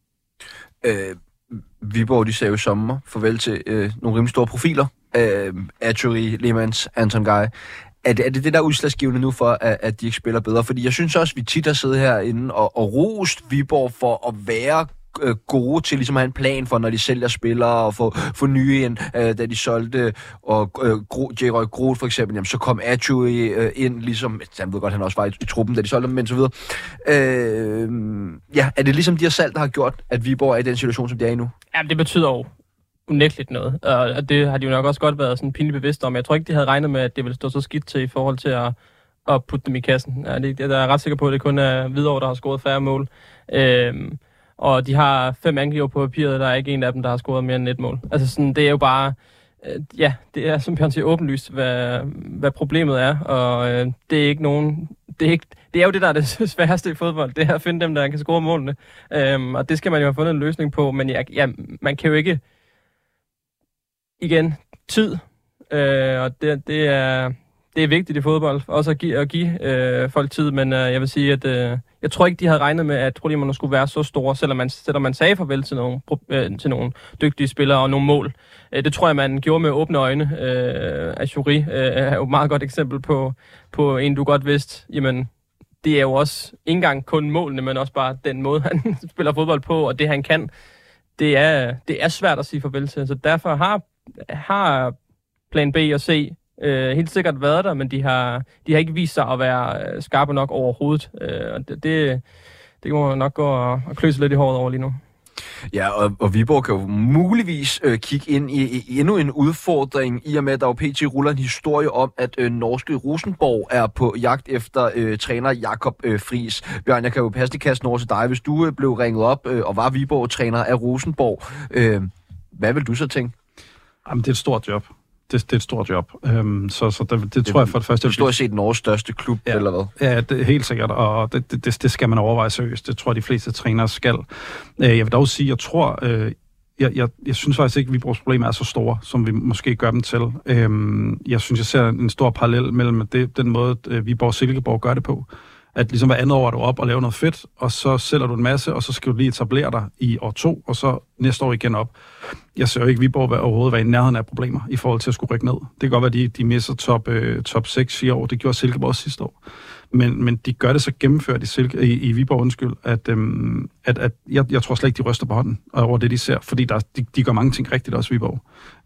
Øh, Viborg, de sagde jo sommer farvel til øh, nogle rimelig store profiler, øh, Aturi, Lemans, Anton Guy. Er det, er det det, der er udslagsgivende nu for, at, at de ikke spiller bedre? Fordi jeg synes også, at vi tit har siddet herinde og, og rost Viborg for at være øh, gode til ligesom at have en plan for, når de sælger spillere og få, få nye ind. Øh, da de solgte og øh, J-Roy Groth for eksempel, jamen, så kom Aturi øh, ind, ligesom, jeg ved godt, han også var i, i truppen, da de solgte dem, men så videre. Øh, ja, er det ligesom de her salg, der har gjort, at Viborg er i den situation, som de er i nu? Jamen, det betyder jo unægteligt noget, og det har de jo nok også godt været sådan pinligt bevidst om. Jeg tror ikke, de havde regnet med, at det ville stå så skidt til i forhold til at, at putte dem i kassen. Ja, det, jeg er ret sikker på, at det kun er Hvidovre, der har scoret færre mål. Øhm, og de har fem angriber på papiret, der er ikke en af dem, der har scoret mere end et mål. Altså sådan, det er jo bare, øh, ja, det er som Bjørn siger åbenlyst, hvad, hvad problemet er, og øh, det er ikke nogen, det er, ikke, det er jo det, der er det sværeste i fodbold, det er at finde dem, der kan score målene. Øhm, og det skal man jo have fundet en løsning på, men ja, ja, man kan jo ikke igen, tid, øh, og det, det, er, det er vigtigt i fodbold, også at give, at give øh, folk tid, men øh, jeg vil sige, at øh, jeg tror ikke, de havde regnet med, at problemerne skulle være så store, selvom man, selvom man sagde farvel til nogle, øh, til nogle dygtige spillere og nogle mål. Øh, det tror jeg, man gjorde med åbne øjne. Øh, Aturi øh, er jo et meget godt eksempel på, på en, du godt vidste, jamen, det er jo også ikke engang kun målene, men også bare den måde, han spiller fodbold på, og det han kan. Det er, det er svært at sige farvel til, så derfor har har plan B og C øh, helt sikkert været der, men de har, de har ikke vist sig at være skarpe nok overhovedet. Øh, og det, det, det må man nok gå og, og kløse lidt i håret over lige nu. Ja, og, og Viborg kan jo muligvis øh, kigge ind i, i endnu en udfordring, i og med, at der jo pt. Ruller en historie om, at øh, norske Rosenborg er på jagt efter øh, træner Jakob øh, Friis. Bjørn, jeg kan jo passende kaste over til dig. Hvis du øh, blev ringet op øh, og var Viborg-træner af Rosenborg, øh, hvad vil du så tænke? Jamen, det er et stort job. Det, det er et stort job. Øhm, så så det, det, det tror jeg for det første... Det er stort set Norges største klub, ja, eller hvad? Ja, det er helt sikkert, og det, det, det skal man overveje seriøst. Det tror jeg, de fleste trænere skal. Øh, jeg vil dog sige, jeg tror... Øh, jeg, jeg, jeg synes faktisk ikke, at Viborgs problemer er så store, som vi måske gør dem til. Øh, jeg synes, jeg ser en stor parallel mellem det, den måde, Viborg og Silkeborg gør det på. At ligesom hver andet år er du op og laver noget fedt, og så sælger du en masse, og så skal du lige etablere dig i år to, og så næste år igen op. Jeg ser jo ikke Viborg overhovedet være i nærheden af problemer i forhold til at skulle rykke ned. Det kan godt være, at de, de misser top, øh, top seks i år. Det gjorde Silkeborg sidste år. Men, men de gør det så gennemført i, Silke, i, i Viborg, undskyld, at, øhm, at, at jeg, jeg tror slet ikke, de ryster på hånden over det, de ser, fordi der, de, de gør mange ting rigtigt også, Viborg.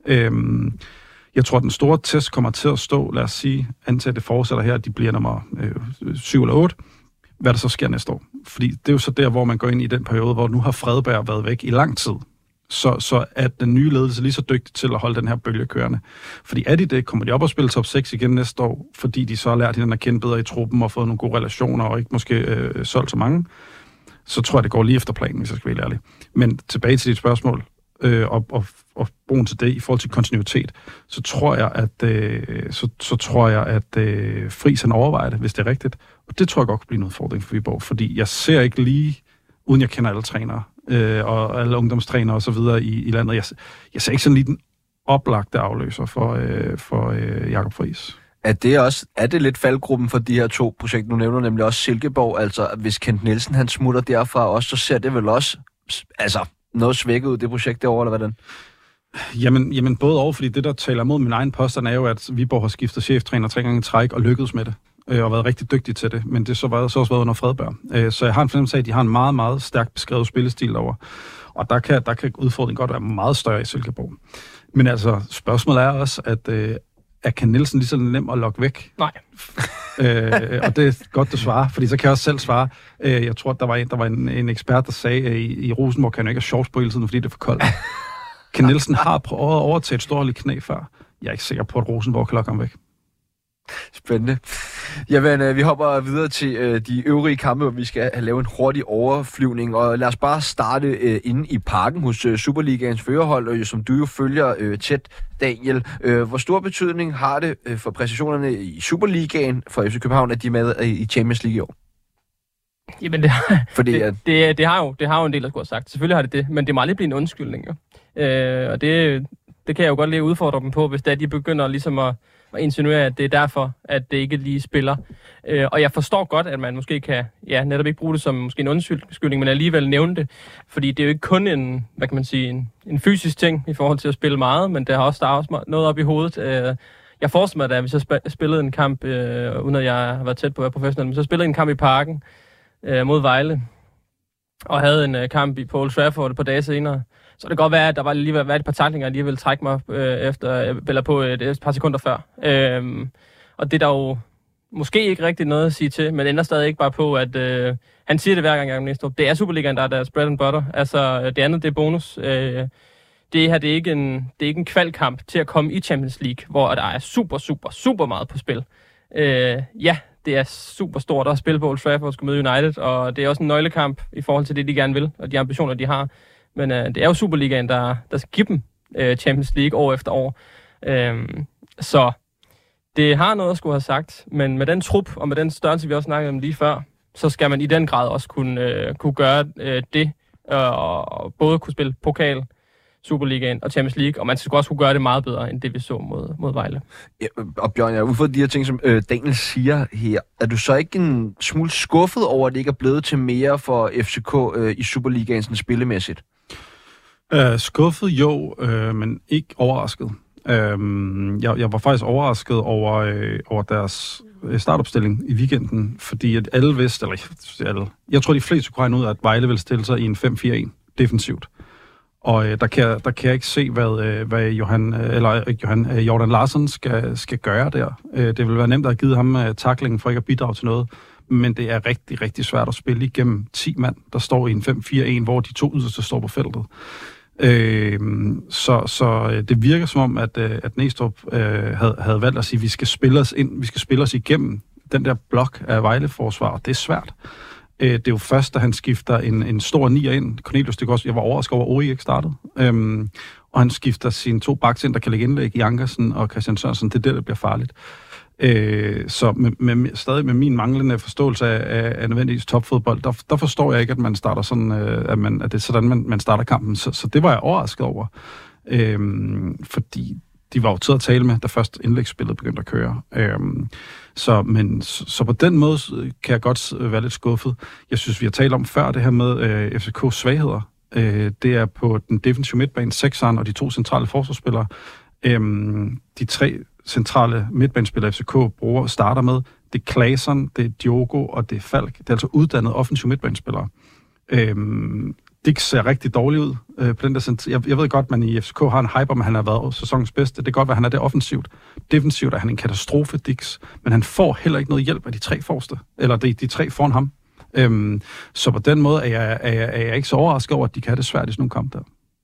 Øhm, Jeg tror, at den store test kommer til at stå, lad os sige, antaget det fortsætter her, at de bliver nummer øh, syv eller otte, hvad der så sker næste år. Fordi det er jo så der, hvor man går ind i den periode, hvor nu har Fredberg været væk i lang tid. Så, så er den nye ledelse lige så dygtig til at holde den her bølge kørende. Fordi er de det, kommer de op og spille top seks igen næste år, fordi de så har lært hinanden at kende bedre i truppen og fået nogle gode relationer og ikke måske øh, solgt så mange, så tror jeg, det går lige efter planen, hvis jeg skal være ærlig. Men tilbage til dit spørgsmål, øh, og, og, og brugen til det i forhold til kontinuitet, så tror jeg, at, øh, så, så tror jeg, at øh, Friis han overvejer det, hvis det er rigtigt. Og det tror jeg godt kan blive en udfordring for Viborg, fordi jeg ser ikke lige, uden jeg kender alle trænere, øh, og alle ungdomstrænere og så videre i, i landet, jeg, jeg ser ikke sådan lige den oplagte afløser for, øh, for øh, Jakob Friis. Er det også er det lidt faldgruppen for de her to projekter? Nu nævner nemlig også Silkeborg, altså hvis Kent Nielsen han smutter derfra også, så ser det vel også altså noget svækket ud det projekt derovre, eller hvordan? Jamen, jamen både over, fordi det, der taler mod min egen påstand, er jo, at Viborg har skiftet cheftræner tre gange i træk og lykkedes med det, øh, og været rigtig dygtig til det, men det har så, været, så også været under Fredberg. Øh, så jeg har en fornemmelse af, at de har en meget, meget stærkt beskrevet spillestil derovre, og der kan, der kan udfordringen godt være meget større i Silkeborg. Men altså, spørgsmålet er også, at øh, er Kent Nielsen lige så nem at lokke væk? Nej. øh, og det er godt, du svarer, fordi så kan jeg også selv svare. Øh, jeg tror, at der var en, der var en, en ekspert, der sagde, at i, i Rosenborg kan jo ikke have shorts på hele tiden, fordi det er for koldt. Kent Nielsen har prøvet at overtage et stort knæ før. Jeg er ikke sikker på, at Rosenborg kan lokke ham væk. Spændende. Jamen, vi hopper videre til øh, de øvrige kampe, hvor vi skal lave en hurtig overflyvning. Og lad os bare starte øh, inde i parken hos øh, Superligaens førerhold, øh, som du jo følger øh, tæt, Daniel. Øh, hvor stor betydning har det øh, for præstationerne i Superligaen for F C København, at de er med øh, i Champions League i år? Jamen, det har, Fordi, det, at... det, det, har jo, det har jo en del, der skulle have sagt. Selvfølgelig har det det, men det må aldrig blive en undskyldning. Jo. Øh, og det, det kan jeg jo godt lige udfordre dem på, hvis det er, de begynder ligesom at og insinuere, at det er derfor, at det ikke lige spiller. Øh, og jeg forstår godt, at man måske kan, ja, netop ikke bruge det som måske en undskyldning, men alligevel nævne det. Fordi det er jo ikke kun en, hvad kan man sige, en, en fysisk ting i forhold til at spille meget, men der har også, der er også noget op i hovedet. Øh, jeg forestiller mig, at hvis jeg spillede en kamp, øh, uden at jeg har været tæt på at være professionel, men så spillede en kamp i parken øh, mod Vejle, og havde en øh, kamp i på Old Trafford et par dage senere. Så det kan godt være, at der var lige været et par tacklinger, jeg lige ville trække mig øh, efter, eller på et, et par sekunder før. Øhm, og det er der jo måske ikke rigtig noget at sige til, men ender stadig ikke bare på, at øh, han siger det hver gang, Jakob Næstrup. Det er Superligaen, der er deres bread and butter. Altså, det andet, det er bonus. Øh, det her, det er ikke en, det er ikke en kvalkamp til at komme i Champions League, hvor der er super, super, super meget på spil. Øh, ja, det er super stort at spille på Old Trafford og skulle møde United, og det er også en nøglekamp i forhold til det, de gerne vil, og de ambitioner, de har. Men øh, det er jo Superligaen, der, der skal give dem øh, Champions League år efter år. Øhm, så det har noget at skulle have sagt, men med den trup og med den størrelse, vi også snakkede om lige før, så skal man i den grad også kunne, øh, kunne gøre øh, det, øh, og både kunne spille pokal, Superligaen og Champions League, og man skal også kunne gøre det meget bedre, end det vi så mod, mod Vejle. Ja, og Bjørn, jeg er ude for de her ting, som øh, Daniel siger her. Er du så ikke en smule skuffet over, at det ikke er blevet til mere for F C K øh, i Superligaen sådan spillemæssigt? Uh, skuffet jo, øh, men ikke overrasket. Uh, jeg, jeg var faktisk overrasket over, øh, over deres startopstilling i weekenden, fordi at alle vidste, eller alle, jeg tror de fleste kunne regne ud, at Vejle ville stille sig i en fem fire en defensivt. Og øh, der, kan jeg, der kan jeg ikke se, hvad, øh, hvad Johan, øh, eller, øh, Johan, øh, Jordan Larsson skal, skal gøre der. Øh, det vil være nemt at have givet ham øh, tacklingen for ikke at bidrage til noget, men det er rigtig, rigtig svært at spille igennem ti mand, der står i en fem fire en, hvor de to yderste står på feltet. Øh, så, så det virker som om, at, at Næstrup øh, havde, havde valgt at sige, at vi skal spille os ind, vi skal spille os igennem den der blok af Vejle-forsvar, og det er svært. Øh, det er jo først, da han skifter en, en stor nier ind. Cornelius, det går også, jeg var overrasket over, at Ori ikke startede. Øh, og han skifter sine to backs ind, der kan lægge indlæg i Ankersen og Christian Sørensen. Det er det, der bliver farligt. Øh, så med, med, stadig med min manglende forståelse af, af nødvendigvis topfodbold, der, der forstår jeg ikke, at man starter sådan, øh, at, man, at det er sådan, man, man starter kampen. Så, så det var jeg overrasket over. Øh, fordi de var jo til at tale med, da først indlægsspillet begyndte at køre. Øh, så, men, så, så på den måde kan jeg godt være lidt skuffet. Jeg synes, vi har talt om før det her med øh, F C K's svagheder. Øh, det er på den defensive midtbane, sekseren og de to centrale forsvarsspillere. Øh, de tre centrale midtbanespillere F C K bruger starter med, det er Claesson, det er Diogo og det er Falk. Det er altså uddannede offensive midtbanespillere. Øhm, det ser rigtig dårligt ud øh, på den der cent- jeg, jeg ved godt, at man i F C K har en hype om, at han har været sæsonens bedste. Det kan godt være, at han er det offensivt. Defensivt er han en katastrofe, Dix, men han får heller ikke noget hjælp af de tre forreste, eller de, de tre foran ham. Øhm, så på den måde er jeg, er, jeg, er jeg ikke så overrasket over, at de kan have det svært i sådan nogle kampe der.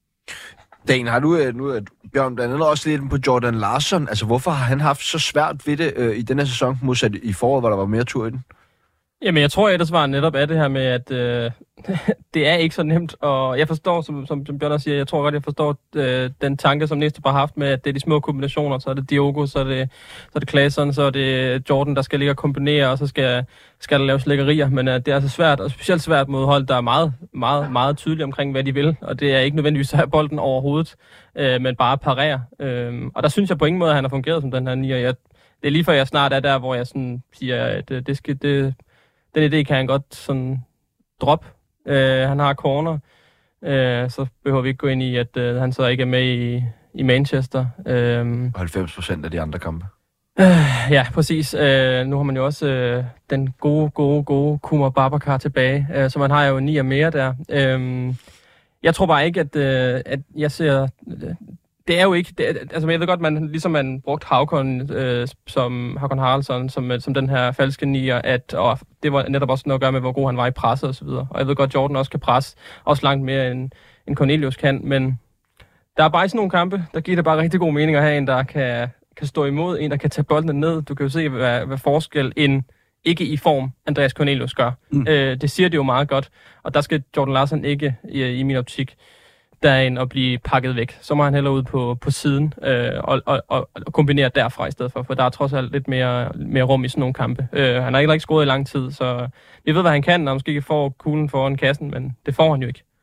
Dan, har du nu, at Bjørn, blandt andet også lidt på Jordan Larsson. Altså, hvorfor har han haft så svært ved det øh, i denne sæson, modsat i foråret, hvor der var mere tur i den? Jamen, jeg tror, at det svarer netop af det her med, at øh, det er ikke så nemt, og jeg forstår, som, som, som Bjørn også siger, jeg tror godt, jeg forstår øh, den tanke, som Næstrup har haft med, at det er de små kombinationer, så er det Diogo, så er det, så er det Claesson, så er det Jordan, der skal ligge og kombinere, og så skal, skal der laves lækkerier, men øh, det er altså svært, og specielt svært mod hold, der er meget, meget, meget tydelige omkring, hvad de vil, og det er ikke nødvendigvis at have bolden overhovedet, øh, men bare parere. Øh, og der synes jeg på ingen måde, at han har fungeret som den her nier. Jeg, det er lige før jeg snart er der, hvor jeg sådan siger, at det, det skal... Det, den idé kan han godt sådan droppe. Øh, han har corner, øh, så behøver vi ikke gå ind i, at øh, han så ikke er med i, i Manchester. Øh, halvfems procent af de andre kampe. Øh, ja, præcis. Øh, nu har man jo også øh, den gode, gode, gode Kumar Babacar tilbage, øh, så man har jo ni og mere der. Øh, jeg tror bare ikke, at, øh, at jeg ser... Øh, Det er jo ikke, det er, altså jeg ved godt, man ligesom man brugt Haukon øh, som Haukon Haraldsson som som den her falske nier, at og det var netop også noget at gøre med hvor god han var i presset og så videre. Og jeg ved godt, Jordan også kan presse også langt mere end, end Cornelius kan, men der er bare sådan nogle kampe, der giver det bare rigtig god mening at have en der kan kan stå imod, en der kan tage bolden ned. Du kan jo se hvad, hvad forskel en ikke i form Andreas Cornelius gør. Mm. Øh, det siger det jo meget godt, og der skal Jordan Larsson ikke i, i min optik derinde at blive pakket væk. Så må han hellere ud på, på siden øh, og, og, og, og kombinere derfra i stedet for, for der er trods alt lidt mere, mere rum i sådan nogle kampe. Øh, han har heller ikke scoret i lang tid, så vi ved, hvad han kan, og måske ikke får kuglen foran kassen, men det får han jo ikke.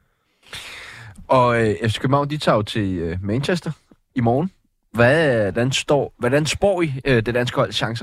Og øh, F C København, de tager jo til øh, Manchester i morgen. Hvordan, står, hvordan spår I øh, det danske hold chancer?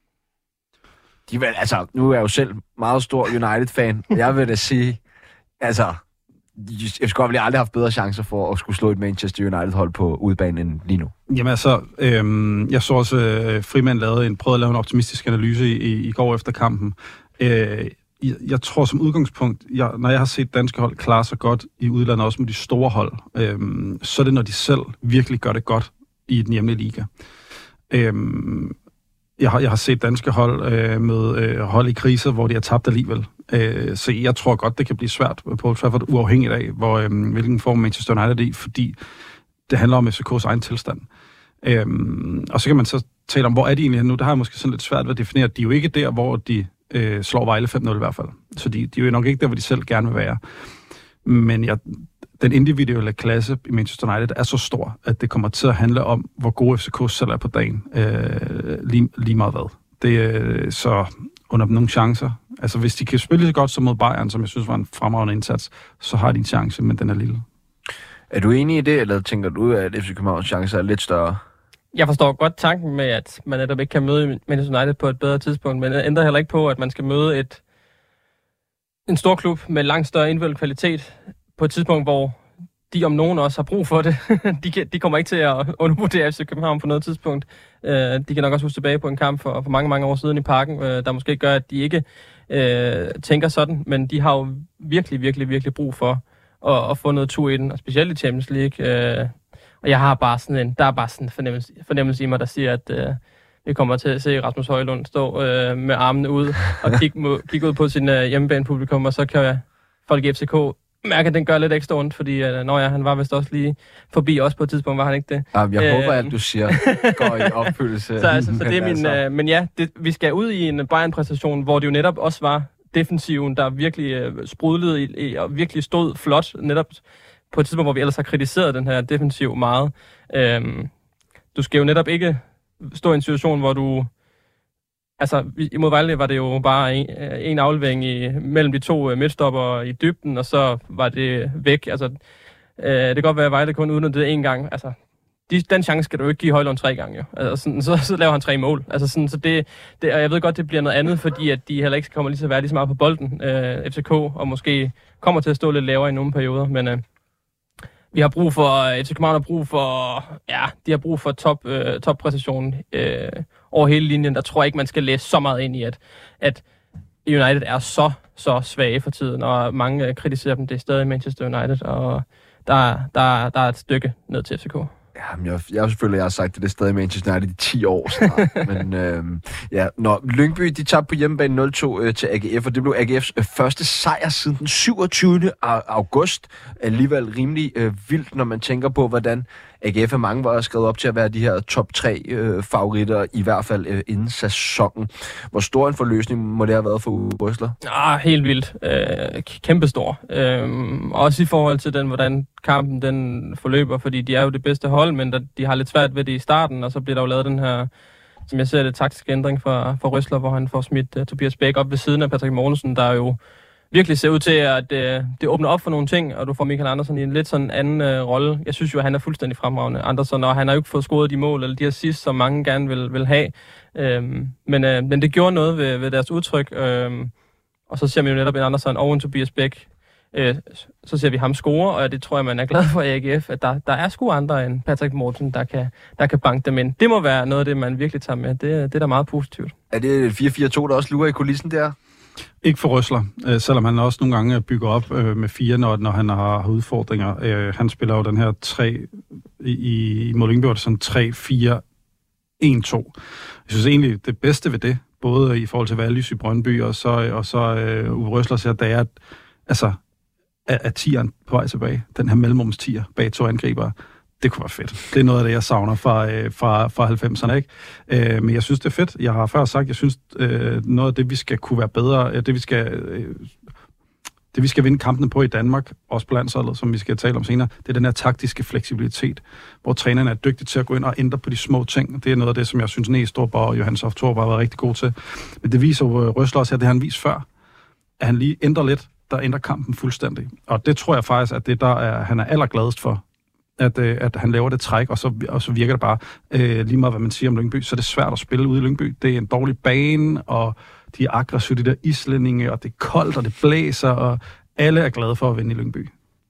De vil, altså, nu er jeg jo selv meget stor United-fan. Jeg vil da sige, altså... F C K har aldrig haft bedre chancer for at skulle slå et Manchester United-hold på udbanen end lige nu. Jamen altså, øhm, jeg så også, øh, Frimand lavede en, prøvede at lave en optimistisk analyse i, i, i går efter kampen. Øh, jeg, jeg tror som udgangspunkt, jeg, når jeg har set danske hold klare sig godt i udlandet, også med de store hold, øh, så er det, når de selv virkelig gør det godt i den hjemlige liga. Øh, jeg, har, jeg har set danske hold øh, med øh, hold i kriser, hvor de har tabt alligevel. Øh, så jeg tror godt, det kan blive svært på Old Trafford, uafhængigt af, hvor, øh, hvilken form Manchester United er i, fordi det handler om F C K's egen tilstand. Øh, og så kan man så tale om, hvor er de egentlig nu? Det har jeg måske sådan lidt svært ved at definere. De er jo ikke der, hvor de øh, slår Vejle fem nul i hvert fald. Så de, de er jo nok ikke der, hvor de selv gerne vil være. Men jeg, den individuelle klasse i Manchester United er så stor, at det kommer til at handle om, hvor gode F C K selv er på dagen. Øh, lige, lige meget hvad. Det, øh, så under nogle chancer. Altså, hvis de kan spille så godt som mod Bayern, som jeg synes var en fremragende indsats, så har de en chance, men den er lille. Er du enig i det, eller tænker du, at F C Københavns chancer er lidt større? Jeg forstår godt tanken med, at man netop ikke kan møde Manchester United på et bedre tidspunkt, men det ændrer heller ikke på, at man skal møde et en stor klub med langt større individuel kvalitet på et tidspunkt, hvor de om nogen også har brug for det. de, kan, de kommer ikke til at undervurdere F C København på noget tidspunkt. Uh, de kan nok også huske tilbage på en kamp for, for mange, mange år siden i Parken, uh, der måske gør, at de ikke uh, tænker sådan, men de har jo virkelig, virkelig, virkelig brug for og, og få noget tur i den, og specielt i Champions League. Øh, og jeg har bare sådan en, der er bare sådan en fornemmelse, fornemmelse i mig, der siger, at øh, vi kommer til at se Rasmus Højlund stå øh, med armene ud og kigge, må, kigge ud på sin øh, hjemmebanepublikum, og så kan jeg, folk i F C K mærke, at den gør lidt ekstra ondt, fordi øh, når jeg, han var vist også lige forbi os på et tidspunkt, var han ikke det? Jamen, jeg øh, håber, at du siger, går i opfyldelse. Så, altså, så det er min, øh, men ja, det, vi skal ud i en Bayern-præstation, hvor det jo netop også var defensiven, der virkelig øh, sprudlede i, i, og virkelig stod flot, netop på et tidspunkt, hvor vi ellers har kritiseret den her defensiv meget. Øhm, du skal jo netop ikke stå i en situation, hvor du... Altså, imod Vejle var det jo bare en, en aflevering i, mellem de to midtstopper i dybden, og så var det væk. Altså, øh, det kan godt være, at Vejle kun udnyttede det en gang. Altså, de, den chance skal du ikke give Højlund tre gange, jo. Altså, sådan, så, så laver han tre mål. Altså, sådan, så det, det, og jeg ved godt, det bliver noget andet, fordi at de heller ikke kommer lige så være lige så meget på bolden, øh, F C K, og måske kommer til at stå lidt lavere i nogle perioder, men... Øh, Vi har brug for, F C København har brug for, ja, de har brug for top, øh, toppræcision øh, over hele linjen. Der tror jeg ikke, man skal læse så meget ind i, at, at United er så, så svage for tiden, og mange øh, kritiserer dem. Det er stadig Manchester United, og der, der, der er et stykke ned til F C K. Jamen, jeg, jeg selvfølgelig, jeg har sagt, at det er stadig Manchester United i ti år snart. Men øh, ja, når Lyngby, de tabte på hjemmebane nul to øh, til A G F, og det blev A G F's øh, første sejr siden den syvogtyvende august. Alligevel rimelig øh, vildt, når man tænker på, hvordan A G F er mange var skrevet op til at være de her top tre øh, favoritter, i hvert fald øh, inden sæsonen. Hvor stor en forløsning må det have været for Uwe Røsler? Ah, helt vildt. Øh, kæmpestor. Øh, også i forhold til den, hvordan kampen den forløber, fordi de er jo det bedste hold, men der, de har lidt svært ved det i starten, og så bliver der jo lavet den her, som jeg ser det, taktiske ændring for, for Røsler, hvor han får smidt uh, Tobias Bæk op ved siden af Patrick Mortensen, der jo virkelig ser ud til, at uh, det åbner op for nogle ting, og du får Michael Andersen i en lidt sådan anden uh, rolle. Jeg synes jo, at han er fuldstændig fremragende, Andersen, og han har jo ikke fået scoret de mål, eller de assist, som mange gerne vil, vil have. Øhm, men, uh, men det gjorde noget ved, ved deres udtryk, øhm, og så ser vi jo netop en Andersen og en Tobias Bæk. Øh, så ser vi ham score, og det tror jeg, man er glad for i A G F, at der, der er sgu andre end Patrick Mortensen, der kan, der kan banke dem ind. Det må være noget af det, man virkelig tager med. Det, det er da meget positivt. Er det fire fire to, der også lurer i kulissen der? Ikke for Røsler, øh, selvom han også nogle gange bygger op øh, med fire, når, når han har udfordringer. Øh, han spiller jo den her tre i, i mod Lyngby, sådan tre fire en to. Jeg synes egentlig, det bedste ved det, både i forhold til Valgys i Brøndby, og så, og så øh, Uwe Røsler siger, det er, at altså, af, af tieren på vej tilbage, den her mellemrumstier bag to angribere, det kunne være fedt. Det er noget af det, jeg savner fra, øh, fra, fra halvfemserne, ikke? Øh, men jeg synes, det er fedt. Jeg har før sagt, jeg synes, øh, noget af det, vi skal kunne være bedre, øh, det vi skal... Øh, Det vi skal vinde kampene på i Danmark, også på landsholdet, som vi skal tale om senere, det er den her taktiske fleksibilitet, hvor trænerne er dygtige til at gå ind og ændre på de små ting. Det er noget af det, som jeg synes, Næstrup og Johan Soft Torp har været rigtig gode til. Men det viser jo Røsler også her, det har han vist før, at han lige ændrer lidt, der ændrer kampen fuldstændig. Og det tror jeg faktisk, at det der er, han er allergladest for, at, at han laver det træk, og så, og så virker det bare øh, lige meget, hvad man siger om Lyngby, så er det svært at spille ude i Lyngby. Det er en dårlig bane, og de er aggressive, de der islændinge, og det er koldt, og det blæser, og alle er glade for at vinde i Lyngby.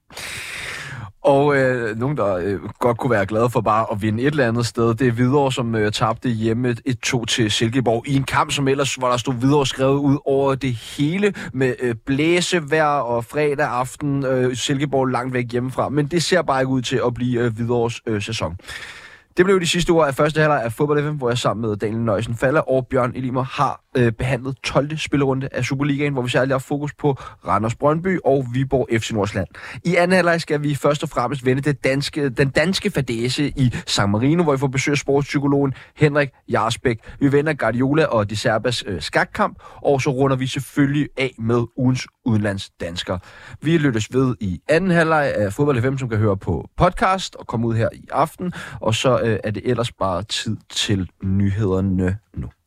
Og øh, nogen, der øh, godt kunne være glade for bare at vinde et eller andet sted, det er Hvidovre, som øh, tabte hjemme et to til Silkeborg i en kamp, som ellers, hvor der stod Hvidovre skrevet ud over det hele med øh, blæsevejr og fredag aften, øh, Silkeborg langt væk hjemmefra. Men det ser bare ikke ud til at blive øh, Hvidovres øh, sæson. Det blev de sidste ord af første halvleg af Fodbold F M, hvor jeg sammen med Daniel Nøjsen Falder og Bjørn Elimer har øh, behandlet tolvte spillerunde af Superligaen, hvor vi særligt har fokus på Randers Brøndby og Viborg F C Nordsjælland. I anden halvleg skal vi først og fremmest vende det danske, den danske fadæse i San Marino, hvor vi får besøg af sportspsykologen Henrik Jarsbæk. Vi vender Guardiola og De Serbas øh, skakkamp, og så runder vi selvfølgelig af med ugens udenlandsdansker. Vi lyttes ved i anden halvleg af Fodbold F M, som kan høre på podcast og komme ud her i aften, og så øh, er det ellers bare tid til nyhederne nu.